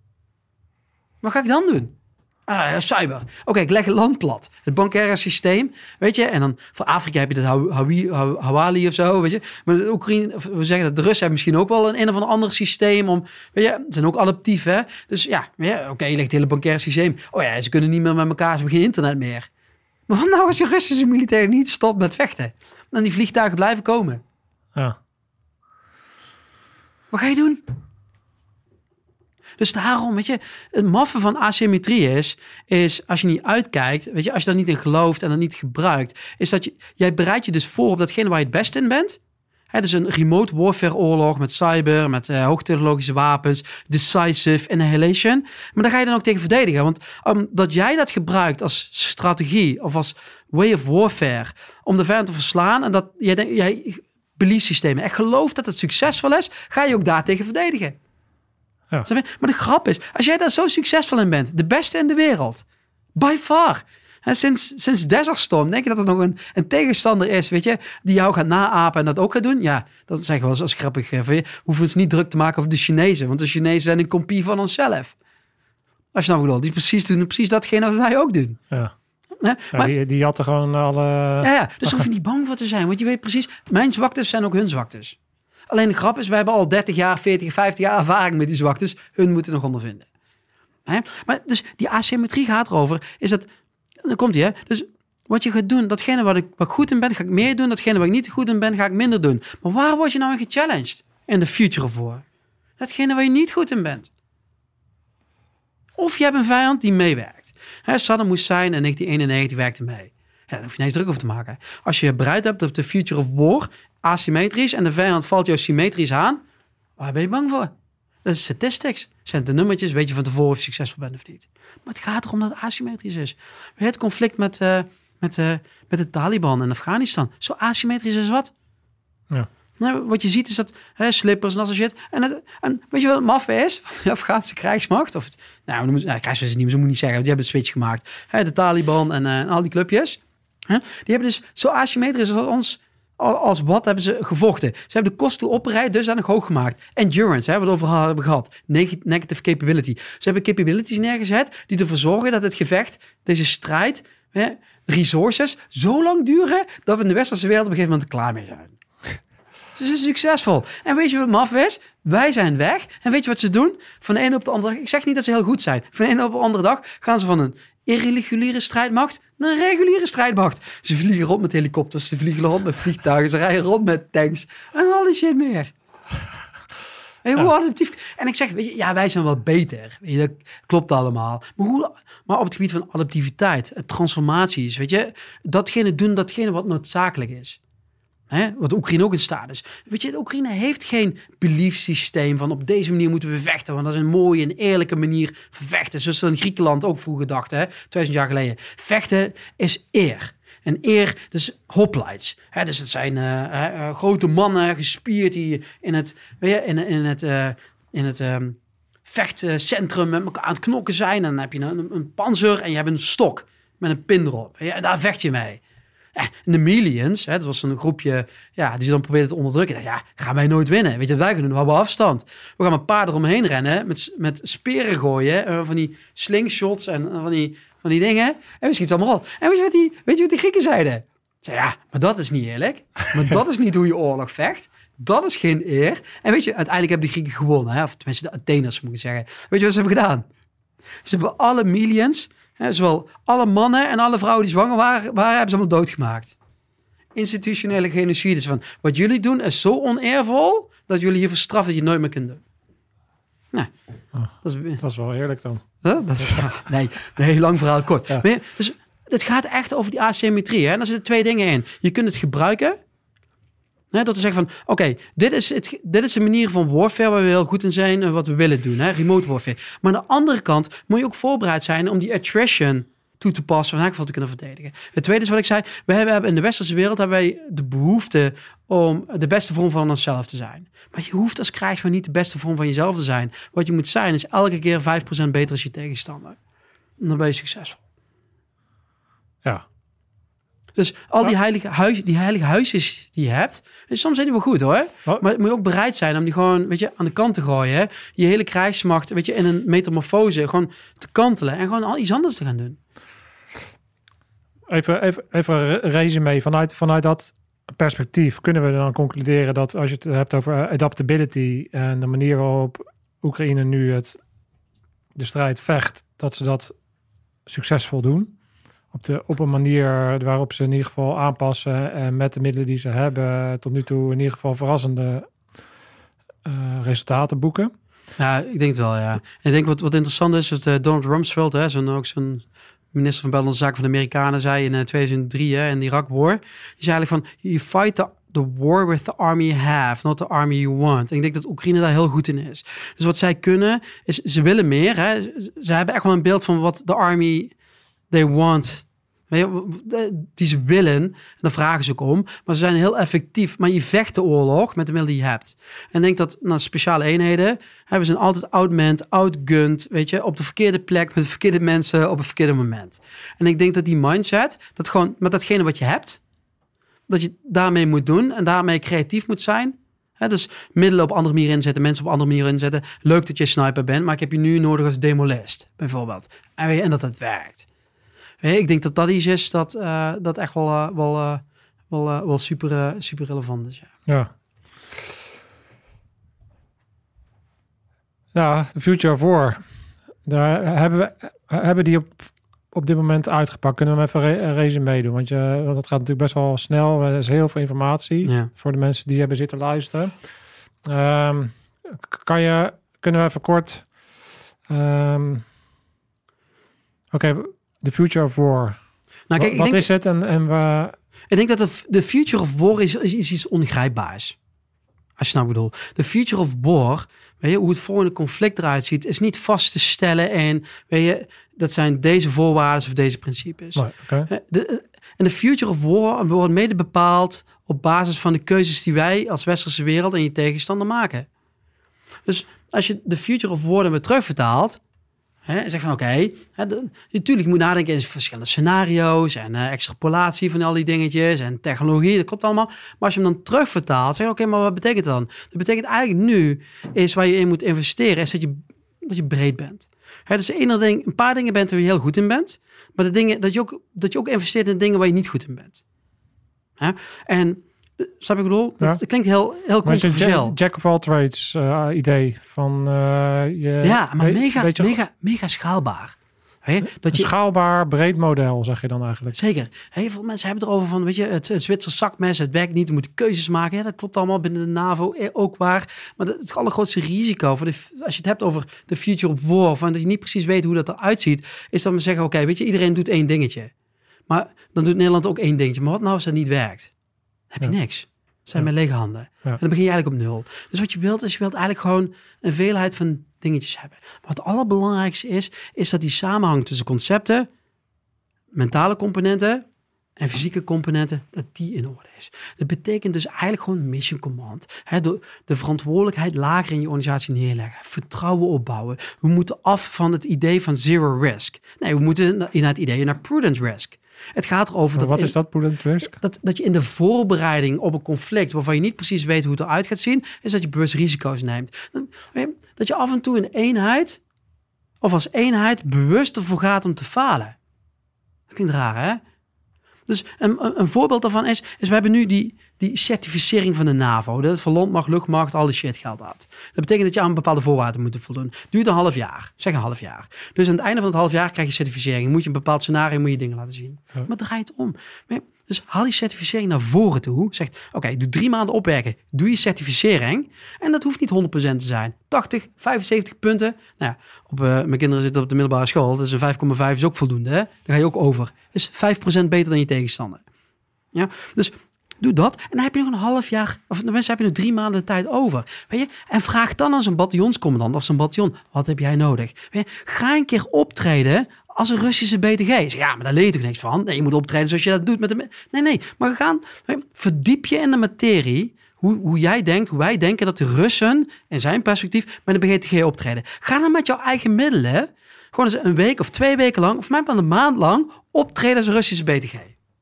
Wat ga ik dan doen? Ah, cyber. Oké, okay, ik leg een land plat. Het bankaire systeem, weet je. En dan voor Afrika heb je dat Hawali of zo, weet je. Maar de Oekraïne, we zeggen dat de Russen hebben misschien ook wel een een of ander systeem om, weet je, ze zijn ook adaptief, hè. Dus ja, ja oké, okay, je legt het hele bankaire systeem. Oh ja, ze kunnen niet meer met elkaar, ze hebben geen internet meer. Maar wat nou als je Russische militair niet stopt met vechten? Dan die vliegtuigen blijven komen. Ja. Wat ga je doen? Dus daarom, weet je, het maffe van asymmetrie is, is als je niet uitkijkt, weet je, als je daar niet in gelooft en dat niet gebruikt, is dat je, jij bereidt je dus voor op datgene waar je het best in bent. Hè, dus een remote warfare oorlog met cyber, met uh, hoogtechnologische wapens, decisive, annihilation. Maar daar ga je dan ook tegen verdedigen. Want omdat jij dat gebruikt als strategie of als way of warfare om de vijand te verslaan en dat jij, jij beliefsystemen echt gelooft dat het succesvol is, ga je ook daartegen verdedigen. Ja. Maar de grap is, als jij daar zo succesvol in bent, de beste in de wereld, by far. He, sinds, sinds Desert Storm denk je dat er nog een, een tegenstander is, weet je, die jou gaat naapen en dat ook gaat doen? Ja, dat zeggen we wel eens grappig. Van je hoeven ons niet druk te maken over de Chinezen, want de Chinezen zijn een kopie van onszelf. Als je nou bedoelt, die precies doen precies datgene wat wij ook doen. Ja. He, ja, maar, die, die hadden gewoon alle... Ja, ja, dus daar hoef je niet bang voor te zijn, want je weet precies, mijn zwaktes zijn ook hun zwaktes. Alleen de grap is, wij hebben al dertig jaar, veertig, vijftig jaar ervaring met die zwaktes. Hun moeten nog ondervinden. He? Maar dus die asymmetrie gaat erover, is dat, dan komt die hè. Dus wat je gaat doen, datgene wat ik, wat ik goed in ben, ga ik meer doen. Datgene waar ik niet goed in ben, ga ik minder doen. Maar waar word je nou in gechallenged? In de future voor. Datgene waar je niet goed in bent. Of je hebt een vijand die meewerkt. He, Saddam Hussein in negentien eenennegentig werkte mee. Ja, daar hoef je niet eens druk over te maken. Als je bereid hebt op de future of war, asymmetrisch, en de vijand valt jou symmetrisch aan, waar ben je bang voor? Dat is statistics. Zijn de nummertjes, weet je van tevoren of je succesvol bent of niet. Maar het gaat erom dat het asymmetrisch is. Het conflict met, uh, met, uh, met de Taliban in Afghanistan. Zo asymmetrisch als wat. Ja. Nou, wat je ziet is dat hè, slippers en dat soort shit. En, het, en weet je wat het maffe is? Van de Afghaanse krijgsmacht. Of, nou, nou krijgsmacht is het niet, zo moet niet zeggen. Die hebben een switch gemaakt. Hè, de Taliban en, uh, en al die clubjes. Hè, die hebben dus zo asymmetrisch als ons, als wat hebben ze gevochten? Ze hebben de kosten opbereid, dus aan hoog gemaakt. Endurance, hè, wat we over hebben gehad. Neg- negative capability. Ze hebben capabilities neergezet die ervoor zorgen dat het gevecht, deze strijd, hè, resources, zo lang duren dat we in de westerse wereld op een gegeven moment er klaar mee zijn. Dus het is succesvol. En weet je wat maf is? Wij zijn weg. En weet je wat ze doen? Van de ene op de andere dag. Ik zeg niet dat ze heel goed zijn. Van de ene op de andere dag gaan ze van een irreguliere strijdmacht naar een reguliere strijdmacht. Ze vliegen rond met helikopters. Ze vliegen rond met vliegtuigen. Ze rijden rond met tanks. En al die shit meer. Hey, hoe Ja. adaptief... En ik zeg, weet je, ja, wij zijn wel beter. Weet je, dat klopt allemaal. Maar, hoe, maar op het gebied van adaptiviteit, transformaties, weet je, datgene doen, datgene wat noodzakelijk is. Hè? Wat Oekraïne ook in staat is. Weet je, de Oekraïne heeft geen belief systeem van op deze manier moeten we vechten. Want dat is een mooie en eerlijke manier van vechten. Zoals we in Griekenland ook vroeger dachten, hè? duizend jaar geleden. Vechten is eer. En eer, dus hoplites. Hè? Dus het zijn uh, uh, grote mannen, gespierd, die in het, weet je, in, in het, uh, in het um, vechtcentrum met elkaar aan het knokken zijn. En dan heb je een, een, een panzer en je hebt een stok met een pin erop. Ja, en daar vecht je mee. En de Melians, hè, dat was een groepje ja, die ze dan probeerden te onderdrukken. Ja, gaan wij nooit winnen. Weet je wat wij gaan doen? We hebben afstand. We gaan een paar eromheen rennen, met, met speren gooien, uh, van die slingshots en uh, van, die, van die dingen. En we schieten allemaal rot. En weet je wat die, weet je wat die Grieken zeiden? Ze zeiden, ja, maar dat is niet eerlijk. Maar dat is niet hoe je oorlog vecht. Dat is geen eer. En weet je, uiteindelijk hebben de Grieken gewonnen. Hè? Of tenminste de Atheners, moet ik zeggen. Weet je wat ze hebben gedaan? Ze hebben alle Melians... He, zowel alle mannen en alle vrouwen die zwanger waren, waren hebben ze allemaal doodgemaakt. Institutionele genocide. Van, wat jullie doen is zo oneervol dat jullie hiervoor straffen dat je het nooit meer kunt doen. Nee, Oh, dat, is, dat is wel eerlijk dan. huh? dat is, ja, nee, een heel lang verhaal kort. Ja. Maar ja, dus het gaat echt over die asymmetrie. Hè? En daar zitten twee dingen in. Je kunt het gebruiken. Hè, door te zeggen van, oké, okay, dit is het, dit is een manier van warfare waar we heel goed in zijn en wat we willen doen, hè, remote warfare. Maar aan de andere kant moet je ook voorbereid zijn om die attrition toe te passen, van geval te kunnen verdedigen. Het tweede is wat ik zei, we hebben in de westerse wereld hebben wij de behoefte om de beste vorm van onszelf te zijn. Maar je hoeft als krijgsman niet de beste vorm van jezelf te zijn. Wat je moet zijn is elke keer vijf procent beter als je tegenstander. En dan ben je succesvol. Ja. Dus al die heilige, huis, die heilige huisjes die je hebt, dus soms zijn die wel goed hoor. Wat? Maar moet je ook bereid zijn om die gewoon, weet je, aan de kant te gooien. Hè? Je hele krijgsmacht, weet je, in een metamorfose gewoon te kantelen en gewoon al iets anders te gaan doen. Even, even, even een resume. Vanuit, vanuit dat perspectief kunnen we dan concluderen dat als je het hebt over adaptability en de manier waarop Oekraïne nu het, de strijd vecht, dat ze dat succesvol doen. Op, de, op een manier waarop ze in ieder geval aanpassen en met de middelen die ze hebben tot nu toe in ieder geval verrassende uh, resultaten boeken. Ja, ik denk het wel, ja. En ik denk wat, wat interessant is, dat uh, Donald Rumsfeld, hè, zo'n, ook zo'n minister van Buitenlandse Zaken van de Amerikanen, zei in uh, tweeduizend drie, hè, in de Irak War, die zei eigenlijk van, you fight the, the war with the army you have, not the army you want. En ik denk dat Oekraïne daar heel goed in is. Dus wat zij kunnen, is ze willen meer. Hè. Ze hebben echt wel een beeld van wat de army they want, die ze willen, en daar vragen ze ook om, maar ze zijn heel effectief. Maar je vecht de oorlog met de middelen die je hebt. En ik denk dat nou, speciale eenheden hebben ze altijd outmanned, outgunned, weet je, op de verkeerde plek, met de verkeerde mensen, op het verkeerde moment. En ik denk dat die mindset, dat gewoon met datgene wat je hebt, dat je daarmee moet doen en daarmee creatief moet zijn. He, dus middelen op andere manieren inzetten, mensen op andere manieren inzetten. Leuk dat je sniper bent, maar ik heb je nu nodig als demolist, bijvoorbeeld. En, en dat het werkt. Hey, ik denk dat dat iets is dat, uh, dat echt wel, uh, wel, uh, wel, uh, wel super, uh, super relevant is. Ja. Ja. Ja, the Future of War. Daar hebben we hebben die op, op dit moment uitgepakt. Kunnen we hem even een resume doen? Want, je, want dat gaat natuurlijk best wel snel. Er is heel veel informatie Ja. voor de mensen die hebben zitten luisteren. Um, kan je, kunnen we even kort... Um, Oké, okay, The Future of War. Nou, kijk, ik Wat denk, is het? En, en we... Ik denk dat de, de Future of War is, is, is iets ongrijpbaars. Als je nou bedoelt. De Future of War, weet je, hoe het volgende conflict eruit ziet, is niet vast te stellen en weet je, dat zijn deze voorwaarden of deze principes. Nee, okay. de, en de Future of War wordt mede bepaald op basis van de keuzes die wij als westerse wereld en je tegenstander maken. Dus als je de Future of War dan weer terugvertaalt, Hè, en zeg van oké, okay, natuurlijk je moet nadenken in verschillende scenario's en uh, extrapolatie van al die dingetjes en technologie, dat klopt allemaal. Maar als je hem dan terugvertaalt, zeg je oké, okay, maar wat betekent dat dan? Dat betekent eigenlijk nu is waar je in moet investeren, is dat je, dat je breed bent. Hè, dus een, ding, een paar dingen bent waar je heel goed in bent, maar de dingen, dat, je ook, dat je ook investeert in dingen waar je niet goed in bent. Hè? En snap je ik bedoel? Ja. Dat, dat klinkt heel, heel controversieel. Jack of all trades uh, idee van uh, je... Ja, maar we, mega, beetje, mega, mega schaalbaar. He, dat je, je, schaalbaar, breed model, zeg je dan eigenlijk. Zeker. Heel veel mensen hebben het erover van, weet je, het, het Zwitsers zakmes, het werkt niet, we moeten keuzes maken. Ja, dat klopt allemaal binnen de NAVO ook waar. Maar het, het allergrootste risico, voor de, als je het hebt over de future of war, van dat je niet precies weet hoe dat eruit ziet, is dat we zeggen, oké, okay, weet je, iedereen doet één dingetje. Maar dan doet Nederland ook één dingetje. Maar wat nou als dat niet werkt? Dan heb je ja. niks. Dat zijn ja. met lege handen. Ja. En dan begin je eigenlijk op nul. Dus wat je wilt, is je wilt eigenlijk gewoon een veelheid van dingetjes hebben. Maar wat het allerbelangrijkste is, is dat die samenhang tussen concepten, mentale componenten en fysieke componenten, dat die in orde is. Dat betekent dus eigenlijk gewoon mission command. He, de, de verantwoordelijkheid lager in je organisatie neerleggen. Vertrouwen opbouwen. We moeten af van het idee van zero risk. Nee, we moeten naar het idee naar prudent risk. Het gaat erover dat... Wat in, is dat, prudent risk? Dat, dat je in de voorbereiding op een conflict, waarvan je niet precies weet hoe het eruit gaat zien, is dat je bewust risico's neemt. Dat je af en toe een eenheid, of als eenheid, bewust ervoor gaat om te falen. Dat klinkt raar, hè? Dus een, een, een voorbeeld daarvan is, is we hebben nu die, die certificering van de NAVO. Dat van landmacht, luchtmacht, al die shit geldt dat. Dat betekent dat je aan bepaalde voorwaarden moet voldoen. Duurt een half jaar. Zeg een half jaar. Dus aan het einde van het half jaar krijg je certificering. Moet je een bepaald scenario, moet je dingen laten zien. Ja. Maar draai het om. Dus haal die certificering naar voren toe. Zegt, oké, okay, doe drie maanden opwerken. Doe je certificering. En dat hoeft niet honderd procent te zijn. tachtig, vijfenzeventig punten. Nou ja, op, uh, mijn kinderen zitten op de middelbare school. Dus een vijf komma vijf is ook voldoende. Hè? Daar ga je ook over. Is vijf procent beter dan je tegenstander. Ja? Dus doe dat. En dan heb je nog een half jaar, of tenminste heb je nog drie maanden de tijd over. Weet je? En vraag dan aan zo'n bataljonscommandant of zo'n bataljon, wat heb jij nodig? Weet je? Ga een keer optreden als een Russische B T G. Zeg, ja, maar daar leer je toch niks van? Nee, je moet optreden zoals je dat doet met de... Nee, nee. Maar we gaan... Verdiep je in de materie. Hoe, hoe jij denkt, hoe wij denken dat de Russen in zijn perspectief met de B T G optreden. Ga dan met jouw eigen middelen gewoon eens een week of twee weken lang, of misschien een maand lang, optreden als een Russische B T G.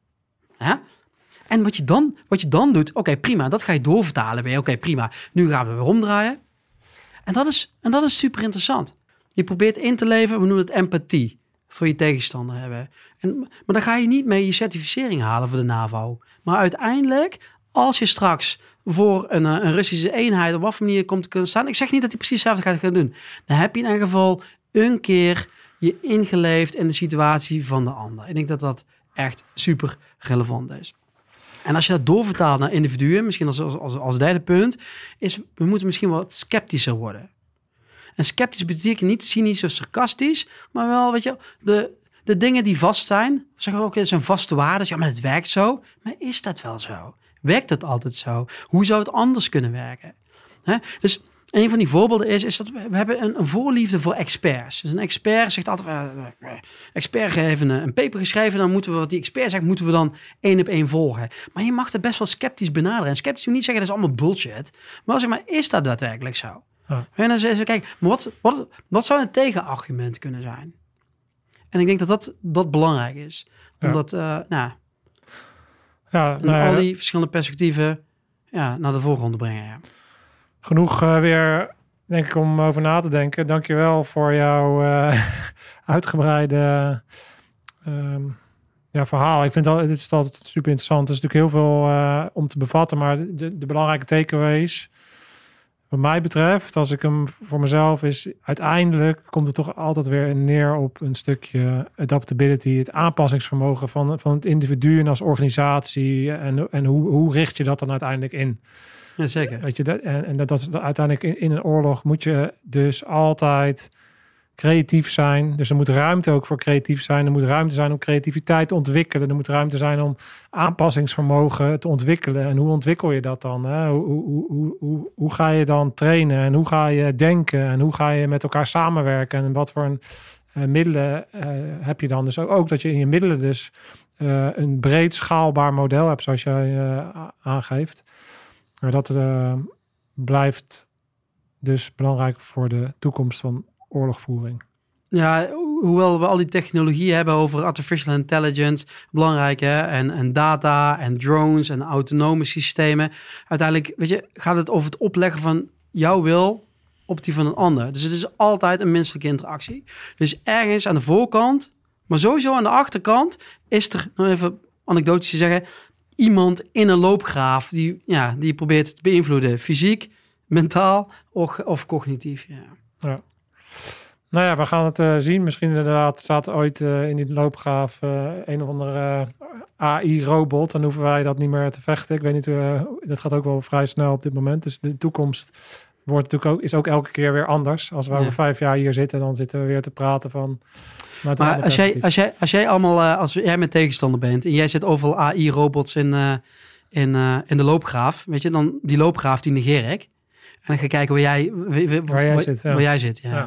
Ja? En wat je dan, wat je dan doet, oké, okay, prima. Dat ga je doorvertalen weer. Oké, okay, prima. Nu gaan we weer omdraaien. En dat is, en dat is super interessant. Je probeert in te leven, we noemen het empathie. Voor je tegenstander hebben. En, maar dan ga je niet mee je certificering halen voor de NAVO. Maar uiteindelijk, als je straks voor een, een Russische eenheid op wat voor manier komt te kunnen staan. Ik zeg niet dat hij precies hetzelfde gaat gaan doen. Dan heb je in ieder geval een keer je ingeleefd in de situatie van de ander. Ik denk dat dat echt super relevant is. En als je dat doorvertaalt naar individuen, misschien als, als, als derde punt, is we moeten misschien wat sceptischer worden. En sceptisch betekent niet cynisch of sarcastisch, maar wel, weet je, de, de dingen die vast zijn. Zeggen we ook, het zijn vaste waarden. Ja, maar het werkt zo. Maar is dat wel zo? Werkt het altijd zo? Hoe zou het anders kunnen werken? He? Dus een van die voorbeelden is, is dat we, we hebben een, een voorliefde voor experts. Dus een expert zegt altijd, uh, expert heeft een, een paper geschreven, dan moeten we wat die expert zegt, moeten we dan één op één volgen. Maar je mag het best wel sceptisch benaderen. En sceptisch moet niet zeggen, dat is allemaal bullshit. Maar zeg maar, is dat daadwerkelijk zo? Ja. En dan zeggen ze, kijk, maar wat, wat, wat zou een tegenargument kunnen zijn? En ik denk dat dat, dat belangrijk is. Omdat, ja. uh, nou, ja, nou ja, al die verschillende perspectieven ja, naar de voorgrond brengen. Ja. Genoeg uh, weer, denk ik, om over na te denken. Dankjewel voor jouw uh, uitgebreide um, ja, verhaal. Ik vind het, dit is altijd super interessant. Er is natuurlijk heel veel uh, om te bevatten, maar de, de belangrijke takeaways, wat mij betreft, als ik hem voor mezelf is, uiteindelijk komt het toch altijd weer neer op een stukje adaptability, het aanpassingsvermogen van, van het individu en als organisatie. En, en hoe, hoe richt je dat dan uiteindelijk in? Ja, zeker. Weet je, dat, en, en dat, dat is uiteindelijk in, in een oorlog moet je dus altijd creatief zijn. Dus er moet ruimte ook voor creatief zijn. Er moet ruimte zijn om creativiteit te ontwikkelen. Er moet ruimte zijn om aanpassingsvermogen te ontwikkelen. En hoe ontwikkel je dat dan? Hè? Hoe, hoe, hoe, hoe, hoe ga je dan trainen? En hoe ga je denken? En hoe ga je met elkaar samenwerken? En wat voor een, uh, middelen uh, heb je dan? Dus ook, ook dat je in je middelen dus uh, een breed schaalbaar model hebt, zoals jij uh, aangeeft. Maar dat uh, blijft dus belangrijk voor de toekomst van oorlogvoering. Ja, hoewel we al die technologieën hebben over artificial intelligence, belangrijk hè, en, en data en drones en autonome systemen. Uiteindelijk, weet je, gaat het over het opleggen van jouw wil op die van een ander. Dus het is altijd een menselijke interactie. Dus ergens aan de voorkant, maar sowieso aan de achterkant, is er, nou even anekdotisch te zeggen, iemand in een loopgraaf die, ja, die je probeert te beïnvloeden. Fysiek, mentaal of, of cognitief. Ja. Ja. Nou ja, we gaan het uh, zien. Misschien inderdaad staat ooit uh, in die loopgraaf uh, een of andere uh, A I-robot. Dan hoeven wij dat niet meer te vechten. Ik weet niet, uh, dat gaat ook wel vrij snel op dit moment. Dus de toekomst wordt natuurlijk ook, is ook elke keer weer anders. Als we ja. over vijf jaar hier zitten, dan zitten we weer te praten van... Maar als jij, als, jij, als jij allemaal, uh, als jij met tegenstander bent en jij zet overal A I-robots in, uh, in, uh, in de loopgraaf, weet je, dan die loopgraaf die negeer ik. En dan ga ik kijken waar jij, waar, waar jij zit. Ja. Waar jij zit, ja. ja.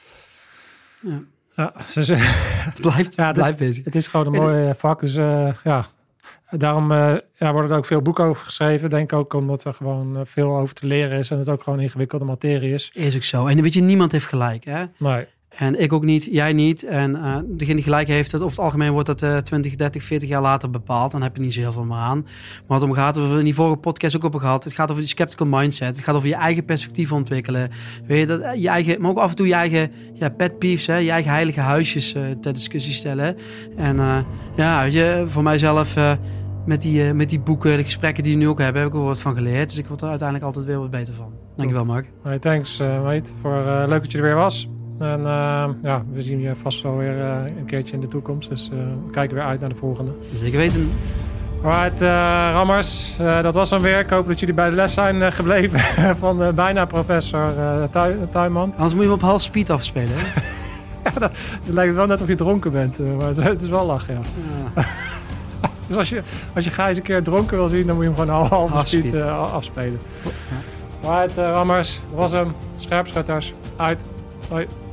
ja. ja dus, het blijft, ja, het blijft is, bezig. Het is gewoon een mooi vak, dus uh, ja. Daarom uh, ja, worden er ook veel boeken over geschreven. Denk ook omdat er gewoon uh, veel over te leren is en het ook gewoon ingewikkelde materie is. Is ook zo. En weet je, niemand heeft gelijk, hè? Nee. En ik ook niet, jij niet. En uh, degene die gelijk heeft, dat over het algemeen wordt dat uh, twintig, dertig, veertig jaar later bepaald. Dan heb je niet zo heel veel meer aan. Maar wat om gaat, we hebben in die vorige podcast ook over gehad. Het gaat over die skeptical mindset. Het gaat over je eigen perspectief ontwikkelen. Weet je, dat, uh, je eigen, maar ook af en toe je eigen ja, pet peeves, hè, je eigen heilige huisjes uh, ter discussie stellen. En uh, ja, weet je, voor mijzelf... Uh, Met die, uh, met die boeken, de gesprekken die we nu ook hebben, heb ik er wat van geleerd. Dus ik word er uiteindelijk altijd weer wat beter van. Dankjewel, Mark. Hey, thanks, uh, mate. Voor, uh, leuk dat je er weer was. En uh, ja, we zien je vast wel weer uh, een keertje in de toekomst. Dus uh, we kijken weer uit naar de volgende. Zeker weten. Alright, uh, Rammers. Uh, dat was hem weer. Ik hoop dat jullie bij de les zijn uh, gebleven van uh, bijna professor uh, Tuy- Tuinman. Anders moet je hem op half speed afspelen, hè? ja, dat, het lijkt wel net of je dronken bent. Uh, maar het, het is wel lachen, ja. ja. Dus als je, als je Gijs een keer dronken wil zien, dan moet je hem gewoon half, half speed, speed. Uh, afspelen. Ja. Alright, uh, Rammers. Dat was hem. Scherpschutters. Uit. Hoi.